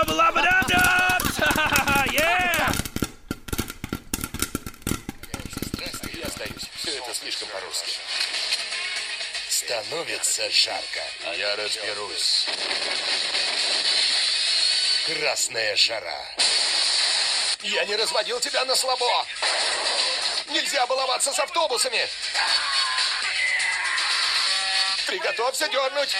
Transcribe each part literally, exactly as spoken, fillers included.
Я сдаюсь. Все это слишком по-русски. Становится жарко. Я разберусь. Красная жара. Я не разводил тебя на слабо. Нельзя баловаться с автобусами. Приготовься дернуть.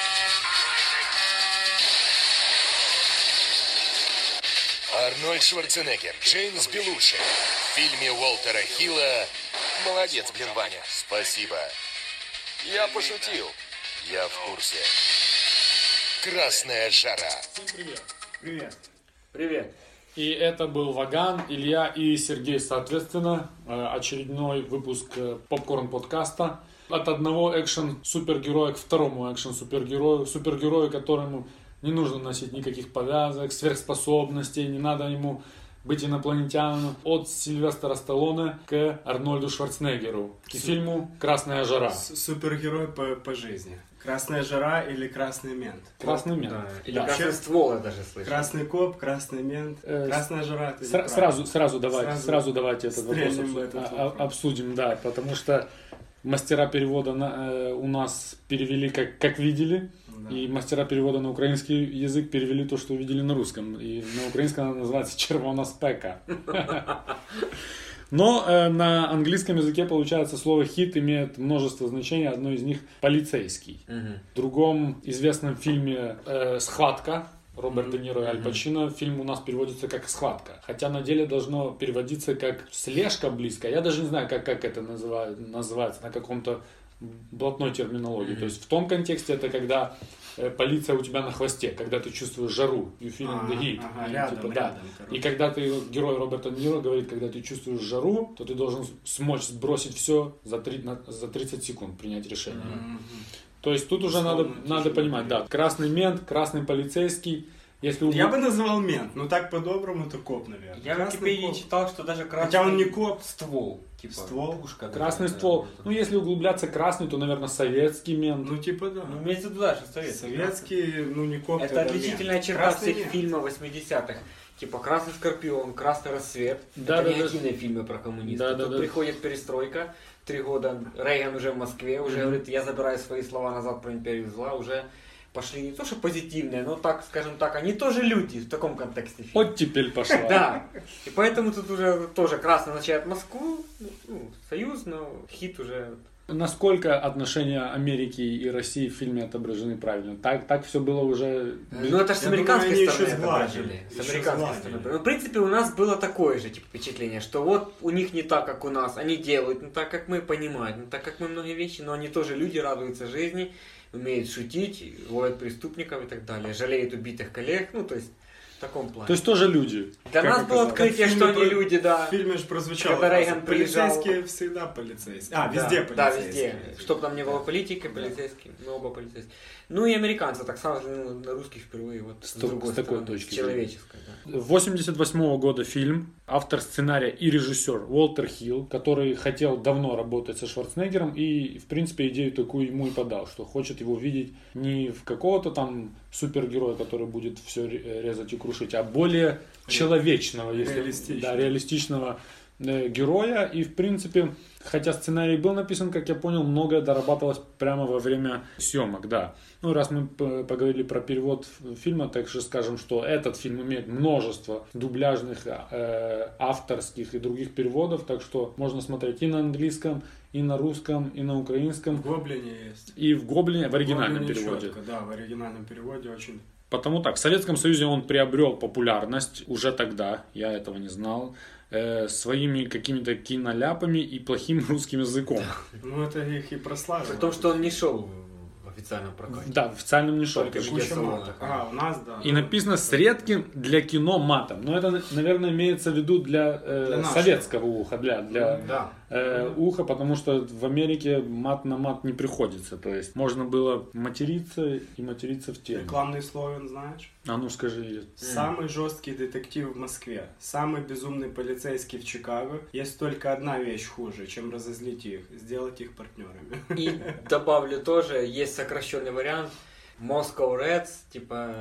Арнольд Шварценеггер, Джеймс Белуши. В фильме Уолтера Хилла. Молодец, блин, Ваня. Спасибо. Я пошутил. Я в курсе. Красная жара. Всем привет. Привет. Привет. И это был Ваган, Илья и Сергей, соответственно, очередной выпуск попкорн-подкаста. От одного экшен-супергероя к второму экшен-супергерою. Супергерою, которому не нужно носить никаких повязок, сверхспособностей, не надо ему быть инопланетянином. От Сильвестра Сталлоне к Арнольду Шварценеггеру. К фильму «Красная жара». Супергерой по, по жизни. Красная жара или красный мент? Красный мент. Да. Или Да. красный ствол, я даже слышал. Красный коп, красный мент, Э, красная жара. ты Сра- не сразу, прав. сразу давайте, Сразу сразу, давайте этот вопрос стрельнем в обсудим, этот а- вопрос. обсудим, да, потому что мастера перевода на, э, у нас перевели как, как видели, Да. и мастера перевода на украинский язык перевели то, что увидели на русском, и на украинском она называется «червона спека». Но э, на английском языке, получается, слово «хит» имеет множество значений, одно из них «полицейский». Мгм. В другом известном фильме э, «Схватка» Роберт Де Ниро и Аль Пачино, фильм у нас переводится как «Схватка». Хотя на деле должно переводиться как «слежка близко». Я даже не знаю, как, как это называют, называется на каком-то блатной терминологии. Mm-hmm. То есть в том контексте это когда э, полиция у тебя на хвосте, когда ты чувствуешь жару. You feeling Ага, the heat. ага, И, рядом, типа, да. рядом, короче. И когда ты, герой Роберта Де Ниро говорит, когда ты чувствуешь жару, то ты должен смочь сбросить все за, три, на- за тридцать секунд, принять решение. Мгм. То есть тут уже Условно, надо, надо тяжело. понимать, да, красный мент, красный полицейский. Если Я угу- бы назвал мент, но так по-доброму то коп, наверное. Я в Красный Википедии коп. читал, что даже красный Хотя он не коп. ствол. Типа Ствол? пушка. красный такая, ствол. да. Ну, если углубляться красный, то, наверное, советский мент. Ну типа да. Ну, имеется в виду, да, что советский. Советский, ну не коп. Это тогда отличительная мент. черта Красный всех мент. фильмов восьмидесятых. Типа «Красный скорпион», «Красный рассвет». Да, это да, не да. активные фильмы про коммунистов. Да, да, Тут да. приходит перестройка, три года, Рейган уже в Москве, уже Мгм. говорит, я забираю свои слова назад про империю зла, уже пошли не то, что позитивные, но так, скажем так, они тоже люди в таком контексте фильма. Оттепель пошла. Да, и поэтому тут уже тоже красный означает Москву, ну, союз, но хит уже... Насколько отношения Америки и России в фильме отображены правильно? Так, так все было уже... Ну это же с Я американской думаю, они стороны еще отображили. сгладили. С Еще американской сгладили. стороны. Ну, в принципе, у нас было такое же типа, впечатление, что вот у них не так, как у нас, они делают не так, как мы, понимают, не так, как мы многие вещи, но они тоже люди, радуются жизни, умеют шутить, ловят преступников и так далее, жалеют убитых коллег, ну то есть в таком плане. То есть тоже люди. Для как нас было оказалось. открытие, В что фильме они про- люди, да. В фильме же прозвучало. Когда фраза, Рейган приезжал. полицейские всегда полицейские. А, Да, везде Да, полицейские. везде. Чтоб там не было политики, полицейские, мы оба полицейские. Ну и американцы так сразу ну, на русских впервые вот С с, то- другой с такой стороны, точки с человеческой, да. восемьдесят восьмого года фильм, автор сценария и режиссер Уолтер Хилл, который хотел давно работать со Шварценеггером и, в принципе, идею такую ему и подал, что хочет его видеть не в какого-то там супергероя, который будет все резать и крушить, а более человечного, если, Реалистичного. да, реалистичного э, героя. И, в принципе, хотя сценарий был написан, как я понял, многое дорабатывалось прямо во время съемок, да. Ну, раз мы п- поговорили про перевод ф- фильма, так же скажем, что этот фильм имеет множество дубляжных, э, авторских и других переводов, так что можно смотреть и на английском, и на русском, и на украинском, В Гоблине есть. и в Гоблине, в оригинальном Гоблине переводе. четко, да, в оригинальном переводе очень. Потому так, в Советском Союзе он приобрел популярность уже тогда, я этого не знал, э, своими какими-то киноляпами и плохим русским языком. Ну это их и прославило. При том, что он не шел в официальном прокате. Да, в официальном не шел. Только То есть Куча Видеосалон, матов. ага. А, у нас, да. И написано с редким для кино матом. Но это, наверное, имеется в виду для, э, Для нашего. советского уха, для, для Да. э, уха, потому что в Америке мат на мат не приходится. То есть можно было материться и материться в теле. Рекламный слоган, знаешь? А ну скажи. Самый жесткий детектив в Москве, самый безумный полицейский в Чикаго. Есть только одна вещь хуже, чем разозлить их, сделать их партнерами. И добавлю тоже, есть сокращенный вариант Moscow Reds, типа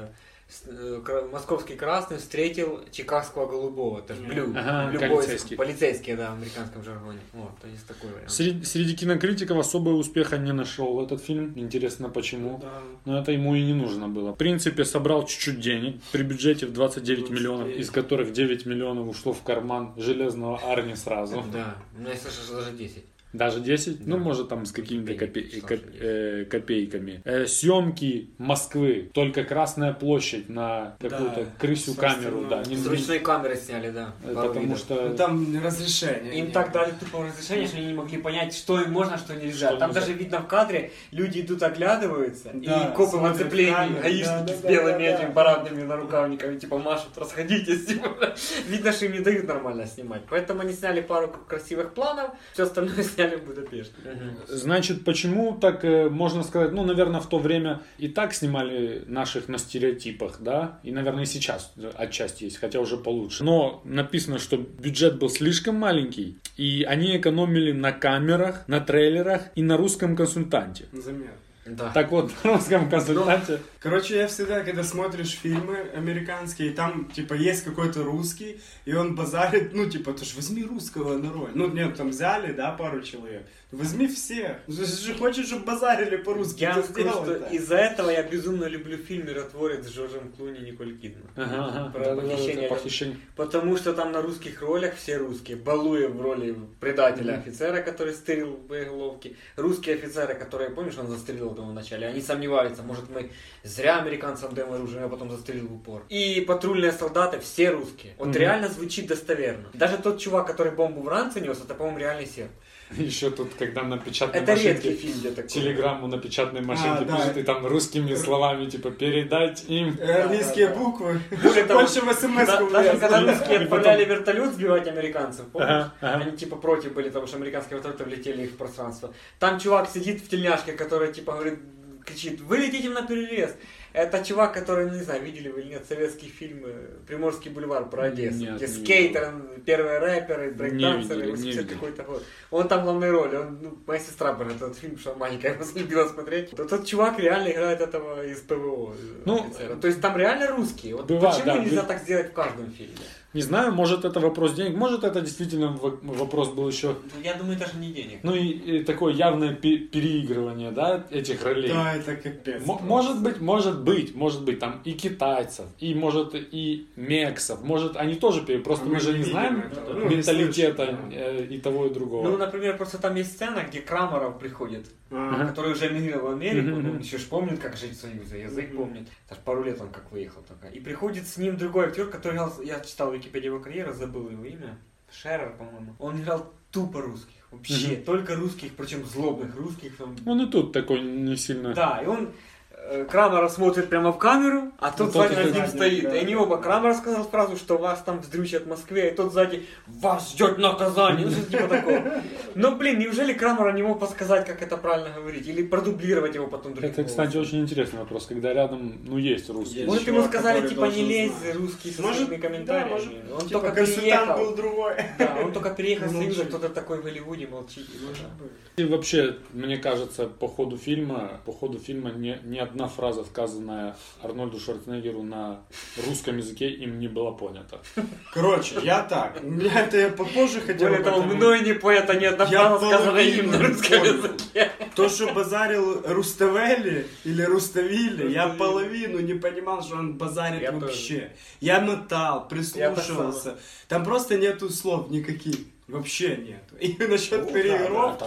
с- э, кра- московский красный встретил чикагского голубого. Это же блю. Ага, Любой полицейский. полицейский, да, в американском жаргоне. Вот, то есть такой вариант. Среди, среди кинокритиков особого успеха не нашел этот фильм. Интересно, почему. Да. Но это ему и не нужно было. В принципе, собрал чуть-чуть денег при бюджете в двадцать девять миллионов, из которых девять миллионов ушло в карман железного Арни сразу. Да, ну я слышал, что даже десять. Даже десять? Ну, Да. может, там с какими-то Копейки, копе- слушай, коп- э, копейками. Э, съемки Москвы. Только Красная площадь на какую-то Да, крысю камеру. Да, не- С ручной камеры сняли, да. э, пару потому видов. что... Ну там разрешение. Им нет. так дали тупое разрешение, что они не могли понять, что им можно, что нельзя. Что Там нельзя. даже видно в кадре, люди идут оглядываются, Да, и копы в смотрят в оцеплении, камеру, гаишники да, да, с да, белыми да, этими да. парадными нарукавниками, типа машут, расходитесь. Типа. Видно, что им не дают нормально снимать. Поэтому они сняли пару красивых планов, все остальное сняли в Будапеште. Значит, почему так, э, можно сказать, ну, наверное, в то время и так снимали наших на стереотипах, да, и, наверное, и сейчас отчасти есть, хотя уже получше. Но написано, что бюджет был слишком маленький, и они экономили на камерах, на трейлерах и на русском консультанте. Заметно. Да. Так вот, на русском консультанте... Короче, я всегда, когда смотришь фильмы американские, там, типа, есть какой-то русский, и он базарит, ну, типа, ты ж возьми русского на роль. Ну, нет, там взяли, да, пару человек. Возьми всех. Ты же хочешь, чтобы базарили по-русски, Я ты вам скажу, сделай что так. из-за этого я безумно люблю фильм «Миротворец» с Джорджем Клуни и Николь Кидман. Ага, ага, Про да-да-да, похищение. это похищение. Потому что там на русских ролях все русские. Балуев в роли предателя офицера, который стырил боеголовки. Русские офицеры, которые, помнишь, он застрелил его вначале, они сомневаются, может мы зря американцам даем оружие, а потом застрелил в упор. И патрульные солдаты, все русские. Вот Мгм. реально звучит достоверно. Даже тот чувак, который бомбу в ранце нес, это, по-моему, реальный серб. Еще тут, когда на печатной Это редкий машинке, фильм, где такой. телеграмму на печатной машинке А, да. пишет, и там русскими словами, типа, передать им. Английские Да, да, да. буквы. Более того, Больше в смс Да- даже когда И русские потом- отправляли вертолет сбивать американцев, помнишь? Ага, ага. Они типа против были того, что американские вертолеты влетели их в пространство. Там чувак сидит в тельняшке, который типа говорит, кричит, вы летите на перерез. Это чувак, который, не знаю, видели вы или нет, советский фильм э, «Приморский бульвар» про Одессу, Нет, где не скейтеры, первые рэперы, брейкдансеры, видели, не восемьдесят видели. какой-то год. Он там в главной роли, он, ну, моя сестра про этот фильм, что маленькая, его любила смотреть. То тот чувак реально играет этого из ПВО э, Ну, офицера. То есть там реально русские. Вот бывает, почему да, нельзя вы- так сделать в каждом фильме? Не знаю, может это вопрос денег, может это действительно в- вопрос был еще, Ну, я думаю, даже не денег. ну и, и такое явное пе- переигрывание, да, этих ролей. Да, это капец. М- может быть, может быть, может быть, там и китайцев, и может и мексов, может они тоже пере... просто А мы мы же не не видим знаем этого. Ну, не менталитета слышим, да. э, и того и другого. Ну, например, просто там есть сцена, где Крамаров приходит, А, который уже эмигрировал в Америку, Мгм, он мгм. еще ж помнит, как жить в Союзе, язык Мгм. помнит. Даже пару лет он как выехал только. И приходит с ним другой актер, который играл, я читал в Википедии его карьеру, забыл его имя, Шерер, по-моему. Он играл тупо русских, вообще, Мгм. только русских, причем злобных русских. Там. Он и тут такой не сильно... Да, и он э, Крамера смотрит прямо в камеру, а тот Ну, сзади тот над ним сзади, стоит. да. И они оба, Крамер сказал фразу, что вас там вздрючат в Москве, и тот сзади, вас ждет наказание, ну что-то типа такого. Но, блин, неужели Крамер не мог подсказать, как это правильно говорить, или продублировать его потом другим Это, кстати, голосом? очень интересный вопрос, когда рядом, ну, есть русский. Есть. Может, ему чувак, сказали, который типа, не должен лезь, знать. русский со Может, своими да, комментариями. может, Он типа, только консультант переехал. был другой. Да, он только переехал в Союз, а Молчит. кто-то такой в Голливуде молчит. Может быть. И вообще, мне кажется, по ходу фильма, по ходу фильма ни, ни одна фраза, сказанная Арнольду Шварценеггеру на русском языке, им не была понята. Короче, я так. У меня это я попозже хотел Более об того, этом- мной не поэта ни одна Я фраза, сказанная им половину на русском понял. языке. То, что базарил Руставели или Руставили, я Руставели. половину не понимал, что он базарит Я вообще. Я мотал, прислушивался. Я Там просто нету слов никаких. Вообще нету. И насчет переигровки.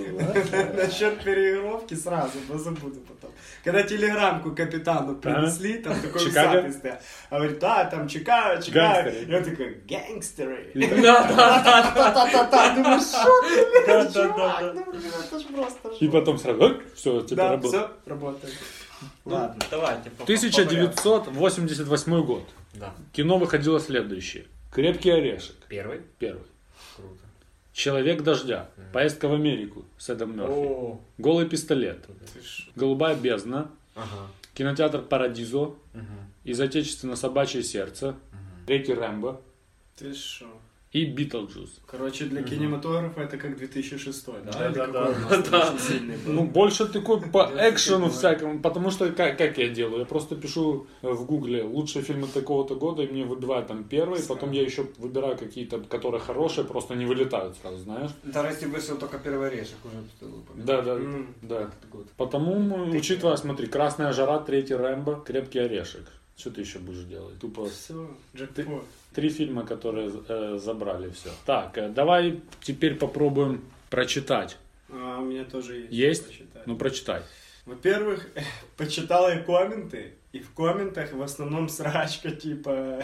Насчет переигровки сразу, но забуду потом. Когда телеграммку капитану принесли, там такой Чикаго? усатый стоял. А говорит, да, там Чикаго, Чикаго. Гангстеры. Я такой, гангстеры. Да, да, да. Та-та-та-та. Думаю, что ты, Да, блядь, да, чувак? да, да. Ну, блин, это ж просто И жопа. потом сразу, все, теперь Да, работает. все, работает. Ладно. Давайте. по- по- тысяча девятьсот восемьдесят восьмой год. Да. Кино выходило следующее. «Крепкий орешек» Первый. первый. Круто. «Человек дождя», «Поездка в Америку» с Эдом Мерфи, О. «Голый пистолет», Ты ж- «Голубая бездна», Ага. кинотеатр «Парадизо», Мгм. «Из отечественного собачье сердце», «Реки Рэмбо», Ты шо? и Битлджус. Короче, для кинематографа это как две тысячи шестой, да? Да, Или да, какой да. у нас Да. очень сильный был? Ну, больше такой по экшену всякому, потому что как, как я делаю? Я просто пишу в гугле лучшие фильмы такого-то года, и мне выбивают там первый, потом я еще выбираю какие-то, которые хорошие, просто не вылетают сразу, знаешь? Даже если бы только первый орешек уже стоило упомянуть. Да, да, М. да. Этот год. Потому, мы, учитывая, смотри, «Красная жара», третий «Рэмбо», «Крепкий орешек». Что ты еще будешь делать? Тупо Все, джекпот. три фильма, которые э, забрали все. Так, э, давай теперь попробуем прочитать. А, у меня тоже есть. Есть? что почитать. Ну, прочитай. Во-первых, почитал я комменты, и в комментах в основном срачка типа...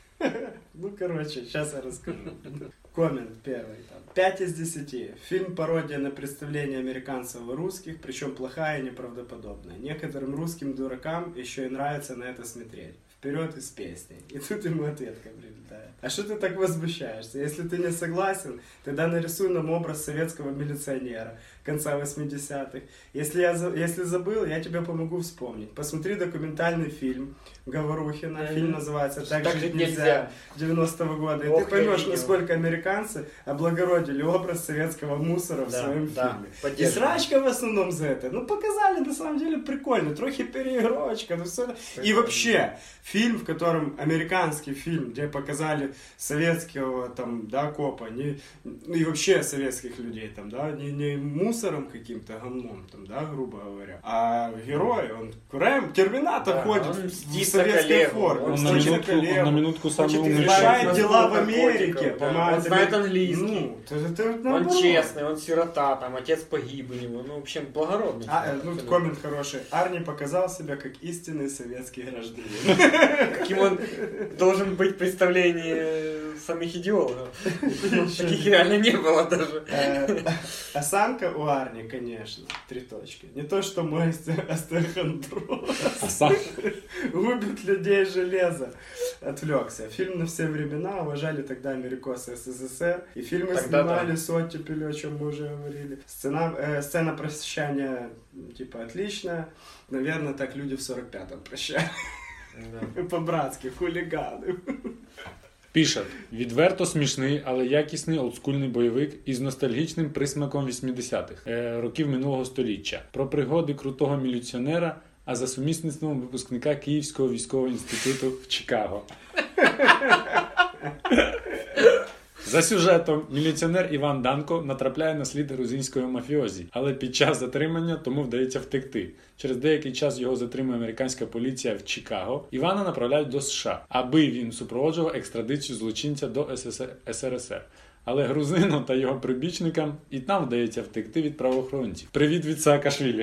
Ну, короче, сейчас я расскажу. Коммент первый. Там. пять из десяти. Фильм пародия на представление американцев и русских, причем плохая и неправдоподобная. Некоторым русским дуракам еще и нравится на это смотреть. Вперед из песни. И тут ему ответка прилетает. А что ты так возмущаешься? Если ты не согласен, тогда нарисуй нам образ советского милиционера конца восьмидесятых. Если, я, за- если забыл, я тебе помогу вспомнить. Посмотри документальный фильм Говорухина. Фильм называется «Так, Так жить жить нельзя» нельзя. девяностого года. И Ох, ты я поймешь, видел. насколько американцы облагородили образ советского мусора в Да, своем да, фильме. И поддерживаю. срачка в основном за это. Ну, показали, на самом деле, прикольно. Трохи переигрочка. Ну, все. И вообще, фильм, в котором американский фильм, где показали советского там, да, копа, не, ну и вообще советских людей там, да, не, не мусором каким-то гомном, там, да, грубо говоря, а герой, он Рэм, Терминатор Да, ходит он в мстит советской коллегу, форме. он Он Он на мстит минутку, он коллегу. на минутку самый Хочет умный решает человек. дела в наркотиков, Америке, да. помогает Он знает Амер- английский. Ну, это, это Он наоборот. честный, он сирота, там отец погиб у него, ну, в общем, благородный. А, э, человек, ну, абсолютно. коммент хороший. Арни показал себя как истинный советский гражданин. Каким он должен быть в представлении самих идеологов. Таких реально не было даже. Э, Осанка у Арни, конечно, три точки. Не то, что мой остеохондроз. Убит людей железо. Отвлекся. Фильм на все времена. Уважали тогда америкосы СССР. И фильмы Тогда снимали да. с оттепелью, о чем мы уже говорили. Сцена, э, сцена прощания, типа, отличная. Наверное, так люди в сорок пятом прощали. Да. По-братски, хулігани. Пише, відверто смішний, але якісний олдскульний бойовик із ностальгічним присмаком вісімдесятих е, років минулого століття. Про пригоди крутого міліціонера, а за сумісництвом випускника Київського військового інституту в Чикаго. За сюжетом міліціонер Іван Данко натрапляє на слід грузинської мафіозі, але під час затримання тому вдається втекти. Через деякий час його затримує американська поліція в Чикаго. Івана направляють до США, аби він супроводжував екстрадицію злочинця до ес ер ес ер. Але грузину та його прибічникам і там вдається втекти від правоохоронців. Привіт від Саакашвілі.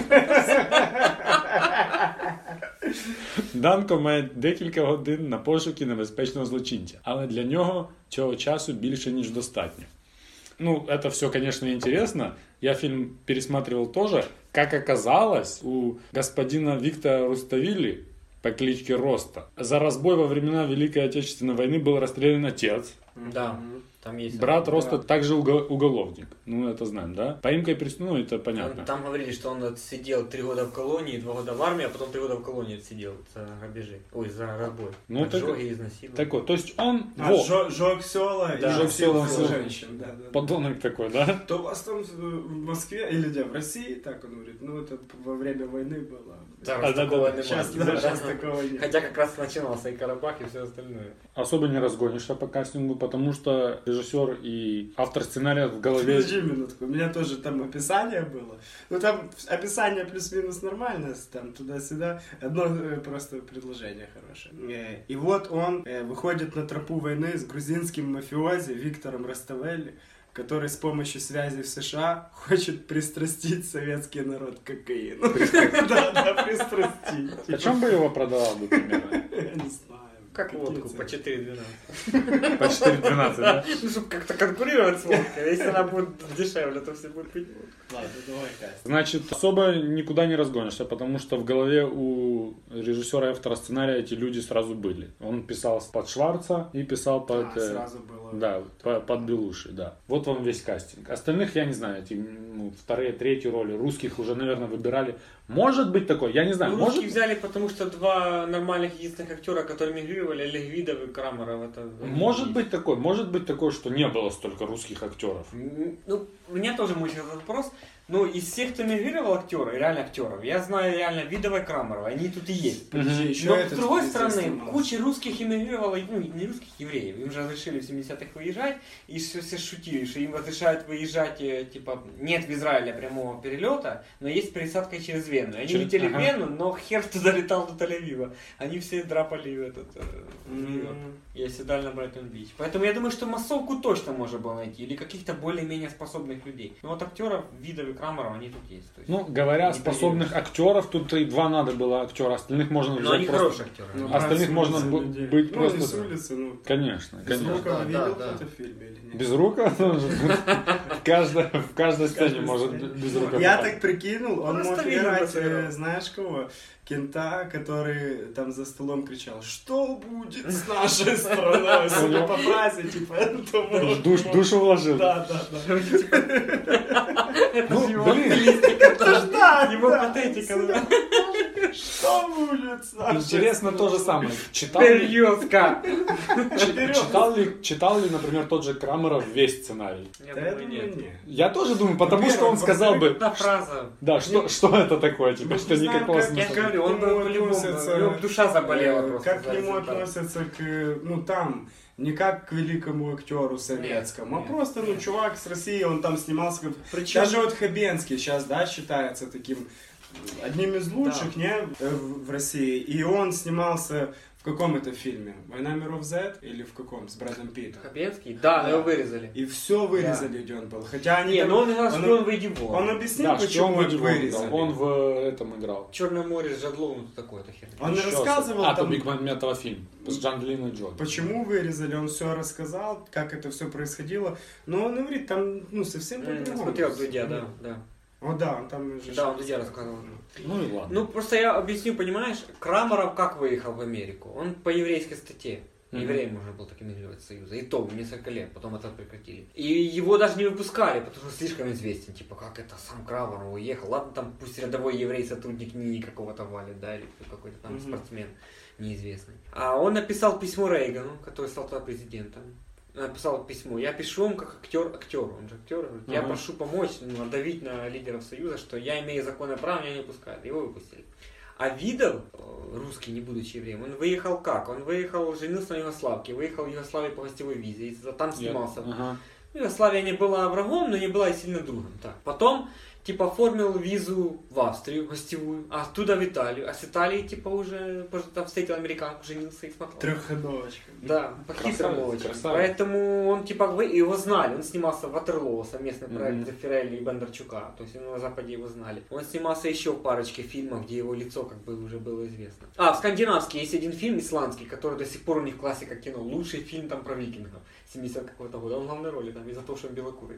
Данко має декілька годин на пошуки небезпечного злочинця, але для нього цього часу більше, ніж достатньо. Ну, это все, конечно, интересно. Я фильм пересматривал тоже. Как оказалось, у господина Виктора Руставели по кличке Роста за разбой во времена Великой Отечественной войны был расстрелян отец. Да, там есть. Брат Да. Роста также уго- уголовник. Ну, это знаем, да? Поимкой преступного, ну, это понятно. Там говорили, что он отсидел три года в колонии, два года в армии, а потом три года в колонии отсидел за грабежи. Ой, за разбой. Ну, так- Поджоги, изнасилования. Так вот, то есть он, А, во, жо- жег села Да, и жег села, насиловал села. женщин. Да, да, да. подонок такой, да? То у вас там э, в Москве или где, в России, так он говорит, ну это во время войны было. Зараз А, да, такого да, нема. Сейчас, Да. да, сейчас такого нет. Хотя как раз начинался и Карабах, и все остальное. Особо не разгонишься по кастингу, потому что режиссер и автор сценария в голове... Подожди минутку, у меня тоже там описание было. Ну там описание плюс-минус нормальное, там туда-сюда. Одно э, просто предложение хорошее. Э, И вот он э, выходит на тропу войны с грузинским мафиози Виктором Руставели, который с помощью связи в США хочет пристрастить советский народ к кокаину. Да, да, пристрастить. Почем бы его продавал бы примерно? Я не знаю. Как Какие водку цены? по четыре двенадцать. По четыре двенадцать, да? Ну, чтобы как-то конкурировать с водкой. Если она будет дешевле, то все будут пить водку. Ладно, давай, Костя. Значит, особо никуда не разгонишься, потому что в голове у режиссера и автора сценария эти люди сразу были. Он писал под Шварца и писал под... А, э, сразу было. Да, по- под Белуши, да. Вот вам весь кастинг. Остальных я не знаю, эти ну, вторые, третьи роли. Русских уже, наверное, выбирали. Может быть такое, я не знаю. Ну, может... русских взяли, потому что два нормальных единственных актера, которые мигрировали, Олег Видов и Крамаров. Это Может быть такое, может быть такое, что не было столько русских актеров. Ну, меня тоже мучает этот вопрос. Но из всех, кто мигрировал актеров, реально актеров, я знаю реально Видова и Крамарова, они тут и есть. Подожди, еще Но этот с другой пиздец стороны, снимался. куча русских эмигрировала, ну не русских, евреев. Им же разрешили в семидесятых выезжать, и все, все шутили, что им разрешают выезжать, э, типа, нет в Израиле прямого перелета, но есть пересадка через Вену. Они Через- летели ага. в Вену, но хер туда летал до Тель-Авива. Они все драпали в этот, э, в Нью-Йорк. М. И оседали на Брайтон-Бич. Поэтому я думаю, что массовку точно можно было найти, или каких-то более-менее способных людей. Но вот актеров, Видов и Крамаров, они тут есть. То есть, Ну, говоря о не способных актеров, тут и два надо было актера, остальных можно но взять они просто... хорошие актеры. Ну, Остальных брать с можно улицы бу- людей. быть ну, просто- не с улицы, ну... Конечно, конечно. Безрукова Да, видел да, кто-то да. в фильме или нет? Безрукова тоже. В каждой, в каждой сцене каждой может сцене. Безрукова. Я так прикинул, он Просто мог видно играть, посмотрел. э, знаешь кого? Кента, который там за столом кричал, что будет с нашей страной? Судя по фразе, типа, это может. Душ, душу вложил. Да, да, да. Это Ну, же его блин. стилистика тоже. Да, Его да. патетика. да. Что будет с нашей Интересно то же страной? самое. Читал ли, Березка. читал, ли, читал ли, например, тот же Крамеров весь сценарий? Я Да, я думаю, думаю, нет. нет. Я тоже думаю, потому Во-первых, что он сказал бы, Одна фраза. да, что, что это такое, типа, Мы что не знаем, никакого как- Я смысла. же говорю, он К нему бы по-любому, относятся, у него душа заболела Э, просто. Как за к нему результат. относятся к, ну там, не как к великому актеру советскому, Нет, а просто, ну, чувак с России, он там снимался, как- Причем- даже вот Хабенский сейчас, да, считается таким одним из лучших, Да. не, э, в в России, и он снимался в каком это фильме? «Война миров Z» или в каком? С Брэдом Питтом. Хабенский? Да, Да. его вырезали. И все вырезали, где он был. Хотя они Не, там- ну он играл он- шпион выйди вон. Он объяснил, Да, что почему он, он выиграл, вырезали. он в этом играл. Черное море с Жадлоу, ну такое это херня. Он Еще рассказывал А, там- то Биг Метова фильм с Джанглиной Джоли. Почему вырезали, он все рассказал, как это все происходило. Но он говорит, там, ну, совсем М, по-другому. Смотрел Дудя, да, да. О, да, он там уже... Да, он Дудя рассказывал. Ну и ладно. Ну, просто я объясню, понимаешь, Крамаров как выехал в Америку? Он по еврейской статье. Мгм. Евреем можно было так эмигрировать из Союза. И то несколько лет, потом это прекратили. И его даже не выпускали, потому что слишком известен. Типа, как это, сам Крамаров уехал. Ладно, там пусть рядовой еврей-сотрудник НИИ какого-то валит, да, или какой-то там Мгм. спортсмен неизвестный. А он написал письмо Рейгану, который стал тогда президентом. Написал письмо. Я пишу вам как актер актеру. Он же актер. Говорит, я Ага. прошу помочь, ну, надавить на лидеров Союза, что я имею законное право, меня не пускают. Его выпустили. А Видов, э, русский, не будучи евреем, он выехал как? Он выехал, женился на Югославке, выехал в Югославию по гостевой визе, и за- там Я- снимался. Ага. Югославия не была врагом, но не была и сильно другом. Так. Потом, типа, оформил визу в Австрию гостевую, а оттуда в Италию. А с Италии, типа, уже там встретил американку, женился и смотрел. Трехходовочка. Да, по-хитрому Красавец, очень. красавец. Поэтому он, типа, вы его знали. Он снимался в Ватерлоо, совместный проект Мгм. Зафирелли и Бондарчука. То есть на Западе его знали. Он снимался еще в парочке фильмов, где его лицо как бы уже было известно. А, в скандинавский есть один фильм исландский, который до сих пор у них классика кино. Лучший фильм там про викингов. семидесятого какого-то года. Он в главной роли там из-за того, что он белокурый.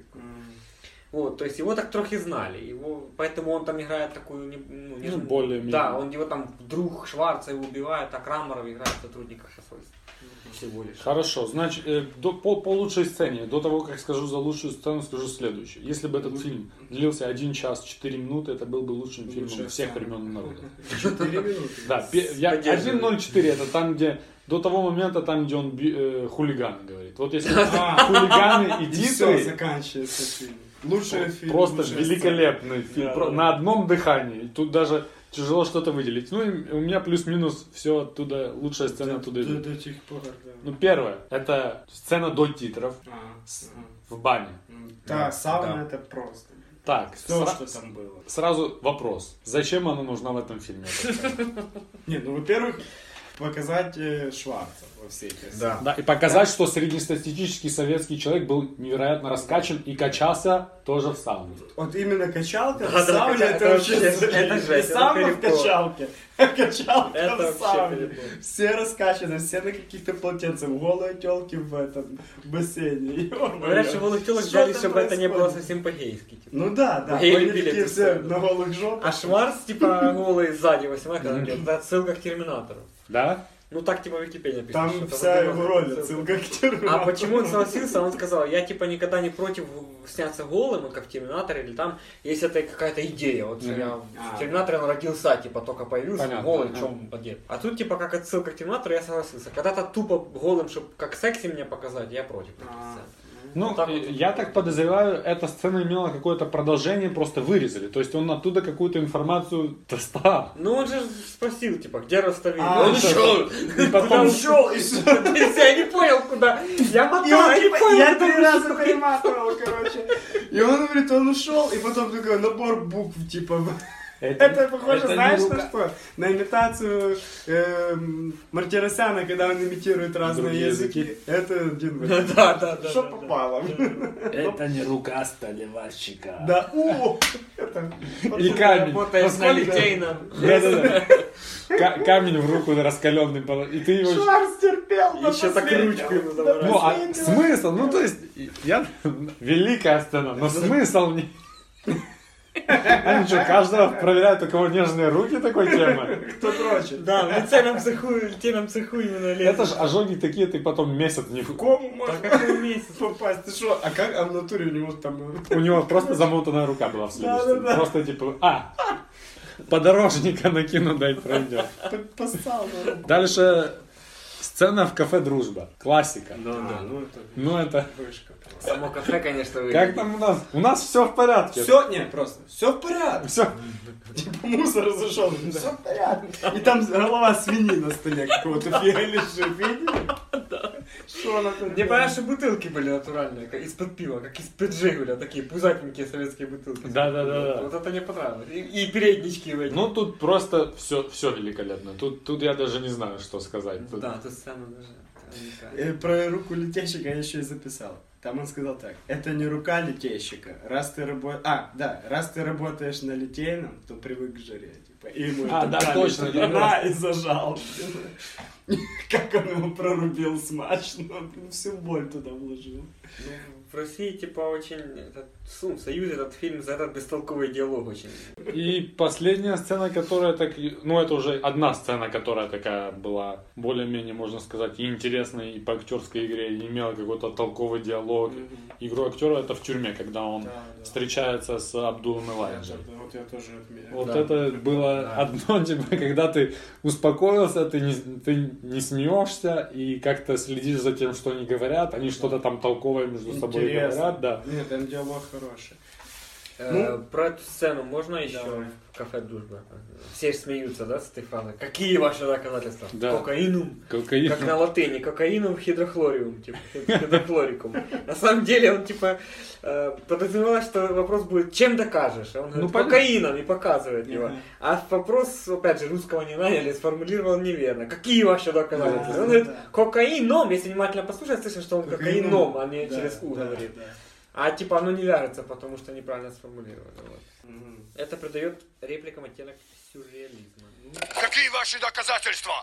Вот, то есть его так трохи знали. Его, поэтому он там играет такую... Не, ну, не Ну, жен- более-менее. Да, он его там друг Шварца его убивает, а Крамаров играет сотрудника посольства. Всего лишь. Хорошо, значит, э, до, по, по лучшей сцене, до того, как скажу за лучшую сцену, скажу следующее. Если бы этот фильм длился один час четыре минуты, это был бы лучшим фильмом Лучшая всех сцена. времен и народов. Четыре минуты. Да, пе- я- Поддерживаю. один ноль четыре это там, где до того момента, там, где он би- э, хулиганы говорит. Вот если А, хулиганы и и все, дитры, заканчивается фильм. Лучший фильм. просто лучшая великолепный фильм, Да, про- да. на одном дыхании. И тут даже тяжело что-то выделить. Ну, и у меня плюс-минус все оттуда, лучшая сцена сцена. оттуда До, идет. до тех пор, да. Ну, первое, это сцена до титров А, ага. в бане. М, Да, Да, сауна да. это просто. Так, Все, сра- что там было. сразу вопрос. Зачем она нужна в этом фильме? эта сцена? Не, ну, во-первых, показать э, Шварца во всей этой сцене. Да. Да, и показать, что среднестатистический советский человек был невероятно раскачан и качался тоже в сауне. Вот именно качалка Да, в да, сауне, кача- это это вообще... вообще- это И жесть, это сауна в перебор. качалке, а качалка Это в вообще сауне. перебор. Все раскачаны, все на каких-то полотенцах, голые телки в этом бассейне. Ё-моё. Говорят, что голых телок Что взяли, там чтобы это не было происходит? совсем по-гейски. Типа. Ну да, да, Геи они любили такие эту все сцену. на голых жопах. А Шварц, типа, голый сзади, восьмая, когда идет, это отсылка к Терминатору. Да? Ну так типа в Википедии написано. Там что вся это его была роль, отсылка. отсылка к Терминатору. А почему он согласился? Он сказал, я типа никогда не против сняться голым, как в Терминаторе, или там, если это какая-то идея. Вот Мгм. я А. в Терминаторе он родился, типа только появился, Понятно, голый, ага. в чем одет. А тут типа как отсылка к Терминатору, я согласился. Когда-то тупо голым, чтобы как секси мне показать, я против таких А. сцен. Ну, так вот. я так подозреваю, эта сцена имела какое-то продолжение, просто вырезали. То есть он оттуда какую-то информацию достал. Ну он же спросил, типа, где Роставин? А, Он да. ушел! И Куда потом... ушел? И что? То есть я не понял, куда. Я И мотал, он, я не типа, понял, я куда три он раза ушел. перематывал, короче. И он говорит, он ушел, и потом такой набор букв, типа... Это похоже, это не знаешь, рука- на что? На имитацию эм, Мартиросяна, когда он имитирует разные Другие языки. языки. Это один в Да, один. да, да. Что да, да. попало? Это не рука столеварщика. Да, о, это... И камень. Работаешь на Насколько- литейном. Да-да-да. Ка- Камень в руку раскаленный. пол- И ты его... Шварц терпел до Еще так последнего. ручку ему До забрать. Ну, а последнего. смысл? Ну, то есть, я... Великая сцена, но смысл не... Они что, каждого проверяют, у кого нежные руки такой темы? Кто дрочит? Да, в лицейном цеху, в литейном цеху именно лезет. Это ж ожоги такие, ты потом месяц не... В кому Да можно какой месяц? попасть? Ты что? А как? А в натуре у него там... У него просто замотанная рука была в следующем. Да-да-да. Просто типа, а, подорожника накину, дай пройдет. Поссал на руку. Дальше сцена в кафе «Дружба». Классика. Ну да, ну это... Ну это... Вышка просто. Само кафе, конечно, выглядит. Как там у нас? У нас все в порядке. Все, не, просто, все в порядке. Все. Типа мусор разошел, все в порядке. И там голова свиньи на столе какого-то фига лежит, видели? Что она там Мне делает? понравилось, что бутылки были натуральные, как из-под пива, как из-под Жигуля, такие пузатенькие советские бутылки. Да-да-да. Вот это мне понравилось. И, и переднички в эти. Ну тут просто все, все великолепно. Тут, тут я даже не знаю, что сказать. Тут- Да, тут сцена даже уникальная. Э, Про руку летейщика я еще и записал. Там он сказал так: это не рука летейщика. Раз ты работаешь... А, да, раз ты работаешь на литейном, то привык к жаре. Типа, и ему А, это да, камень точно, туда я на и зажал. Как он его прорубил смачно. Он всю боль туда вложил. Ну, в России, типа, очень... Этот, ну, в Союзе этот фильм за этот бестолковый диалог очень... И последняя сцена, которая так... Ну, это уже одна сцена, которая такая была более-менее, можно сказать, и интересной, и по актерской игре, и имела какой-то толковый диалог. Игру актера это в тюрьме, когда он Да, да. встречается с Абдулом Это, Элайджем. да, вот я тоже отметил. Вот Да. это было Да. одно, типа, когда ты успокоился, ты не, ты не смеешься и как-то следишь за тем, что они говорят, они что-то там толковое между собой Интересно. говорят, да. Нет, там диалог хороший. Э, Про эту сцену можно еще Давай. в кафе «Дружба»? Все смеются, да, с этой фразой? Какие ваши доказательства? Да. Кокаинум. Кокаин. Как на латыни, кокаинум хидрохлориум, типа, хидрохлорикум. На самом деле он, типа, э, подразумевал, что вопрос будет, чем докажешь? А он говорит, Ну, понятно. кокаином, и показывает его. Ага. А вопрос, опять же, русского не наняли, сформулировал неверно. Какие ваши доказательства? Да, Он говорит, да. кокаином, если внимательно послушать, слышно, что он кокаином, а не Да, через «у» да, говорит. да. А типа оно не вяжется, потому что неправильно сформулировано. Вот. Мгм. Это придает репликам оттенок сюрреализма. Ну, Какие ваши доказательства?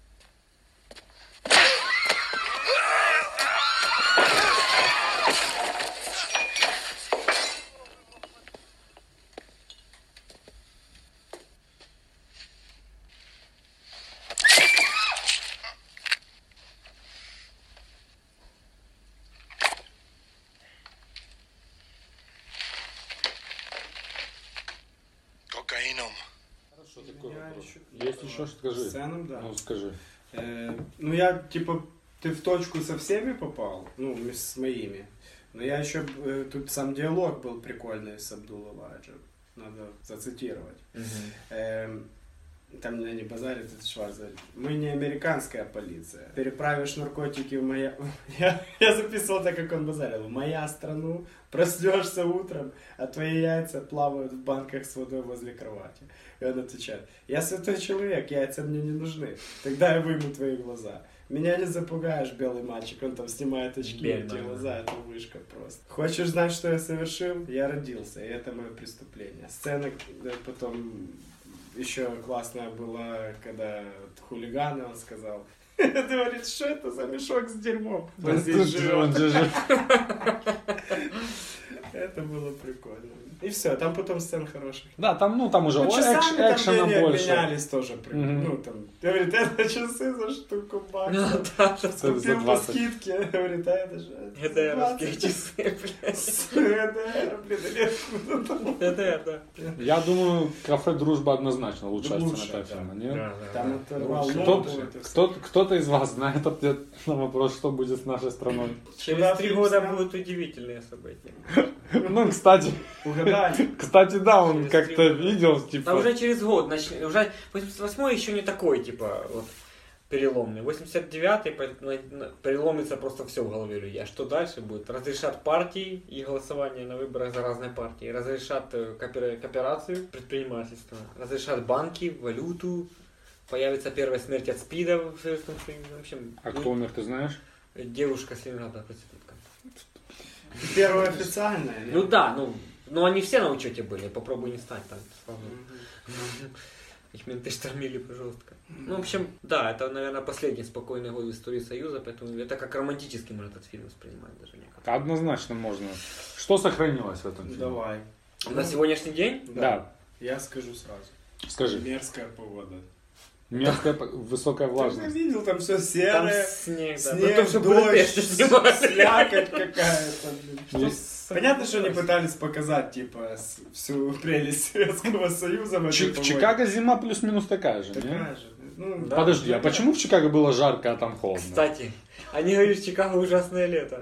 Кокаином. Хорошо, такой Я вопрос. еще- Есть еще, скажи. Сценам, да. Ну, скажи. Э, ну, я, типа, ты в точку со всеми попал, ну, с моими. Но я еще, э, тут сам диалог был прикольный с Абдулом Элайджем. Надо зацитировать. Эм, там они базарят, этот Шварц говорит, мы не американская полиция. Переправишь наркотики в моя... Я, я записывал так, как он базарил. В моя страну, проснешься утром, а твои яйца плавают в банках с водой возле кровати. И он отвечает, я святой человек, яйца мне не нужны. Тогда я выму твои глаза. Меня не запугаешь, белый мальчик. Он там снимает очки, Бельман, эти да. глаза, это вышка просто. Хочешь знать, что я совершил? Я родился, и это мое преступление. Сцена э, потом еще классная была, когда вот хулиганы, он сказал, ты говорит, что это за мешок с дерьмом? Вот здесь Тут же он живет. же- Это было прикольно. И все, там потом сцен хороших. Да, там, ну, там уже Ну, экш- часами там экшена деньги больше. обменялись тоже. при- Мгм. Ну, там, говорит, это часы за штуку Ну, баксов. да, За- за Купил по двадцать. скидке. Говорит, а это же... это русские двадцать. часы, блядь. С ГДР, блин, или откуда там. Это, да. Я думаю, «Кафе Дружба» однозначно лучшая Лучше, сцена этого да. фильма, нет? Там это Кто, волну будет и всё. кто, кто-то из вас знает ответ на вопрос, что будет с нашей страной? Через Когда три фильм года снял? будут удивительные события. Ну, кстати, Угадали. кстати, да, он Через как-то три года. видел, А типа... уже через год, начнет, уже восемьдесят восьмой еще не такой, типа, вот, переломный. восемьдесят девятый по- на- на- переломится просто все в голове людей. А что дальше будет? Разрешат партии и голосование на выборах за разные партии. Разрешат э, коопера- кооперацию, предпринимательство. Разрешат банки, валюту. Появится первая смерть от СПИДа в Советском Союзе. В общем, А кто умер, ты знаешь? девушка с Ленинграда, проститутка. Первое официальное. Ну да, ну, но они все на учете были. Попробуй не стать там сразу. Их менты штормили жестко. Ну, в общем, да, это, наверное, последний спокойный год в истории Союза, поэтому это как романтический можно этот фильм воспринимать даже некоторые. Однозначно можно. Что сохранилось в этом фильме? Давай. На сегодняшний день? Да. Я скажу сразу. Скажи. Мерзкая погода. Мерзкая, п- высокая Ты же влажность. видел, там все Там серое. снег, да. Снег, Потому что дождь, Будапешт снимали. слякоть какая-то. блин. Что Есть- с- Понятно, что они пытались показать, типа, с- всю прелесть Советского Союза в этой Чи- В погоде. Чикаго зима плюс-минус такая же, Такая не? же. Ну, Да. Подожди, а почему в Чикаго было жарко, а там холодно? Кстати, они говорят, Чикаго ужасное лето.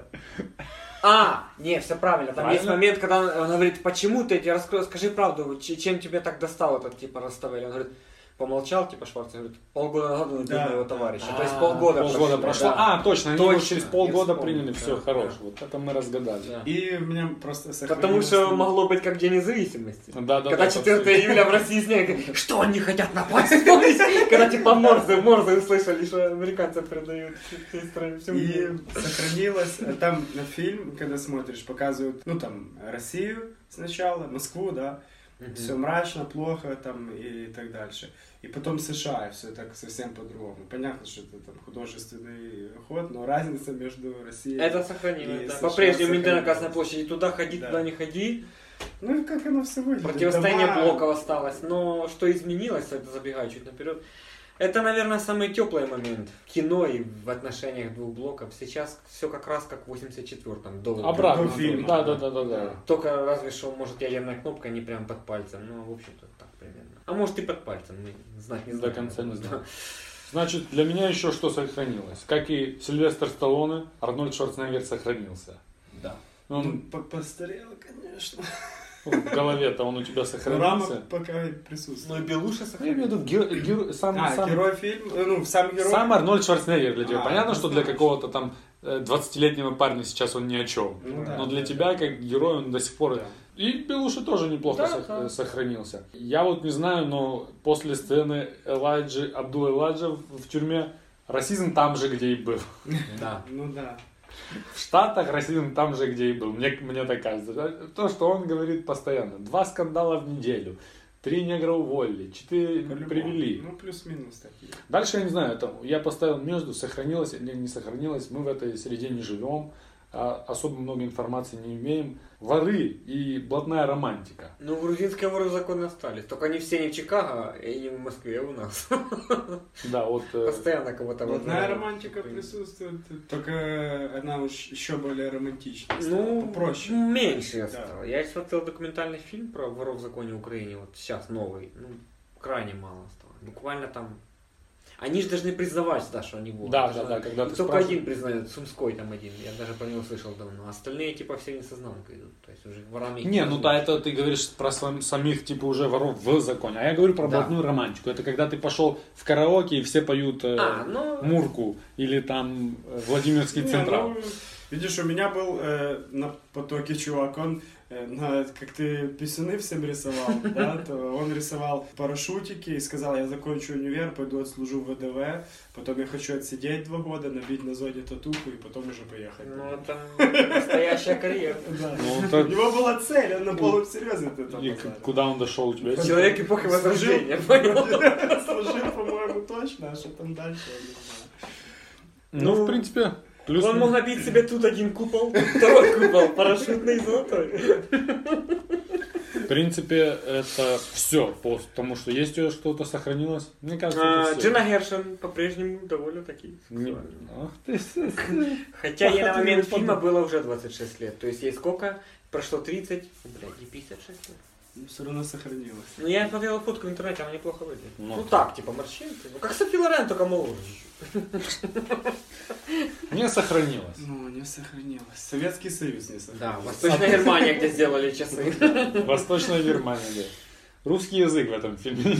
А, не, все правильно. Там есть Правильно? момент, когда он, он говорит, почему ты, я тебе раскрою, скажи правду, ч- чем тебе так достал этот, типа, Расставели? Он говорит, помолчал, типа, Шварц, говорит, полгода назад он убил Да, моего да. товарища. А, То есть полгода, полгода прошло. да. А, точно, они его Точно, через я полгода вспомнил, приняли, да, все, да. хорош. Вот это мы разгадали. Да. И у меня просто Потому сохранилось... что могло быть как День независимости. Да, да, Когда да, четвёртого июля в России снег, что они хотят напасть? Помните? Когда типа Морзе, Морзе услышали, что американцы предают всей стране, всему И миру. сохранилось, э, там на фильм, когда смотришь, показывают, ну там, Россию сначала, Москву, да, все мрачно, плохо там и так дальше. И потом США, все так совсем по-другому. Понятно, что это там художественный ход, но разница между Россией... Это сохранилось, и да. США По-прежнему Минден на сохранилось. Красной площади, туда ходи, Да. туда не ходи. Ну и как оно все выглядит? Противостояние Дома- блоков осталось. Но что изменилось, это забегаю чуть наперед. Это, наверное, самый теплый момент в кино и в отношениях двух блоков. Сейчас все как раз как в восемьдесят четвёртом. До Обратно. До фильма. Да, да, да, да, да. Только разве что, может, ядерная кнопка не прям под пальцем. Ну, в общем-то, так примерно. А может и под пальцем, мы знать не До знаем. конца не знаю. Значит, для меня еще что сохранилось? Как и Сильвестр Сталлоне, Арнольд Шварценеггер сохранился. Да. Он Ну, по- постарел, конечно. в голове-то он у тебя Но сохранился. рамок пока Ну и присутствует. Белуша Я имею в виду геро- геро- сам, А, сам- герой фильма, ну, сам герой. сам Арнольд Шварценеггер для тебя. А, Понятно, ну, что для знаешь. какого-то там э, двадцатилетнего парня сейчас он ни о чем. Ну да, Но для да, тебя, да. как герой, он до сих пор... Да. И Белуша тоже неплохо Да, сох- да. э, сохранился. Я вот не знаю, но после сцены Элайджи, Абдул Элайджа в, в тюрьме, расизм там же, где и был. Да. Ну да. В Штатах расизм там же, где и был. Мне, мне так кажется. То, что он говорит постоянно. Два скандала в неделю. Три негра уволили. Четыре По-любому. привели. Ну, плюс-минус такие. Дальше я не знаю. Там, я поставил между, сохранилось или не сохранилось. Мы в этой среде не живем. А особо много информации не имеем. Воры и блатная романтика. Ну, грузинские воры в законе остались. Только они все не в Чикаго и не в Москве, а у нас. Да, вот... э, Постоянно кого-то Блатная возьмут. романтика присутствует, только она уж еще более романтичная. Ну, попроще. меньше я Да. стал. Я смотрел документальный фильм про воров в законе Украины, вот сейчас новый. Ну, крайне мало осталось. Буквально там... Они же должны признавать, да, что они воры. Да, Даже- да, да, когда ну, ты только спрашиваешь- один признает, Сумской там один. Я даже про него слышал давно. А остальные типа все несознанка идут. То есть уже ворами... их Не, ну не да, называют. это ты говоришь про сам- самих, типа, уже воров в законе. А я говорю про Да. блатную романтику. Это когда ты пошел в караоке и все поют э, А, ну... Мурку или там э, Владимирский Не, Централ. ну, видишь, у меня был э, на потоке чувак, он э, на, как ты писюны всем рисовал, да, то он рисовал парашютики и сказал, я закончу универ, пойду отслужу в ВДВ, потом я хочу отсидеть два года, набить на зоне татуху и потом уже поехать. Ну, это настоящая карьера. Да. Ну, У это- него была цель, он на полном серьезе это И базарил. к- куда он дошел у тебя? есть? Человек эпохи Возрождения, понял? Служил, по-моему, точно, а что там дальше, я не знаю. Ну, в принципе, Плюс... Он мог набить себе тут один купол, второй купол, парашютный золотой. В принципе, это все, потому что есть у что-то сохранилось. Мне кажется, это всё. Джина Гершон по-прежнему довольно таки. Не- Ах ты, Хотя ей на Похотливый момент подруг. фильма было уже двадцать шесть лет. То есть ей сколько? Прошло тридцать, блядь, не пятьдесят шесть лет. Ну, все равно сохранилось. Ну я смотрел фотку в интернете, она неплохо выглядит. Ну. Ну так, типа морщинки. Ну как Софи Лорен, только моложе. не сохранилось. Ну, не сохранилось. Советский Союз не сохранился. Да, Восточная Германия, где сделали часы. Восточная Германия, да. Русский язык в этом фильме.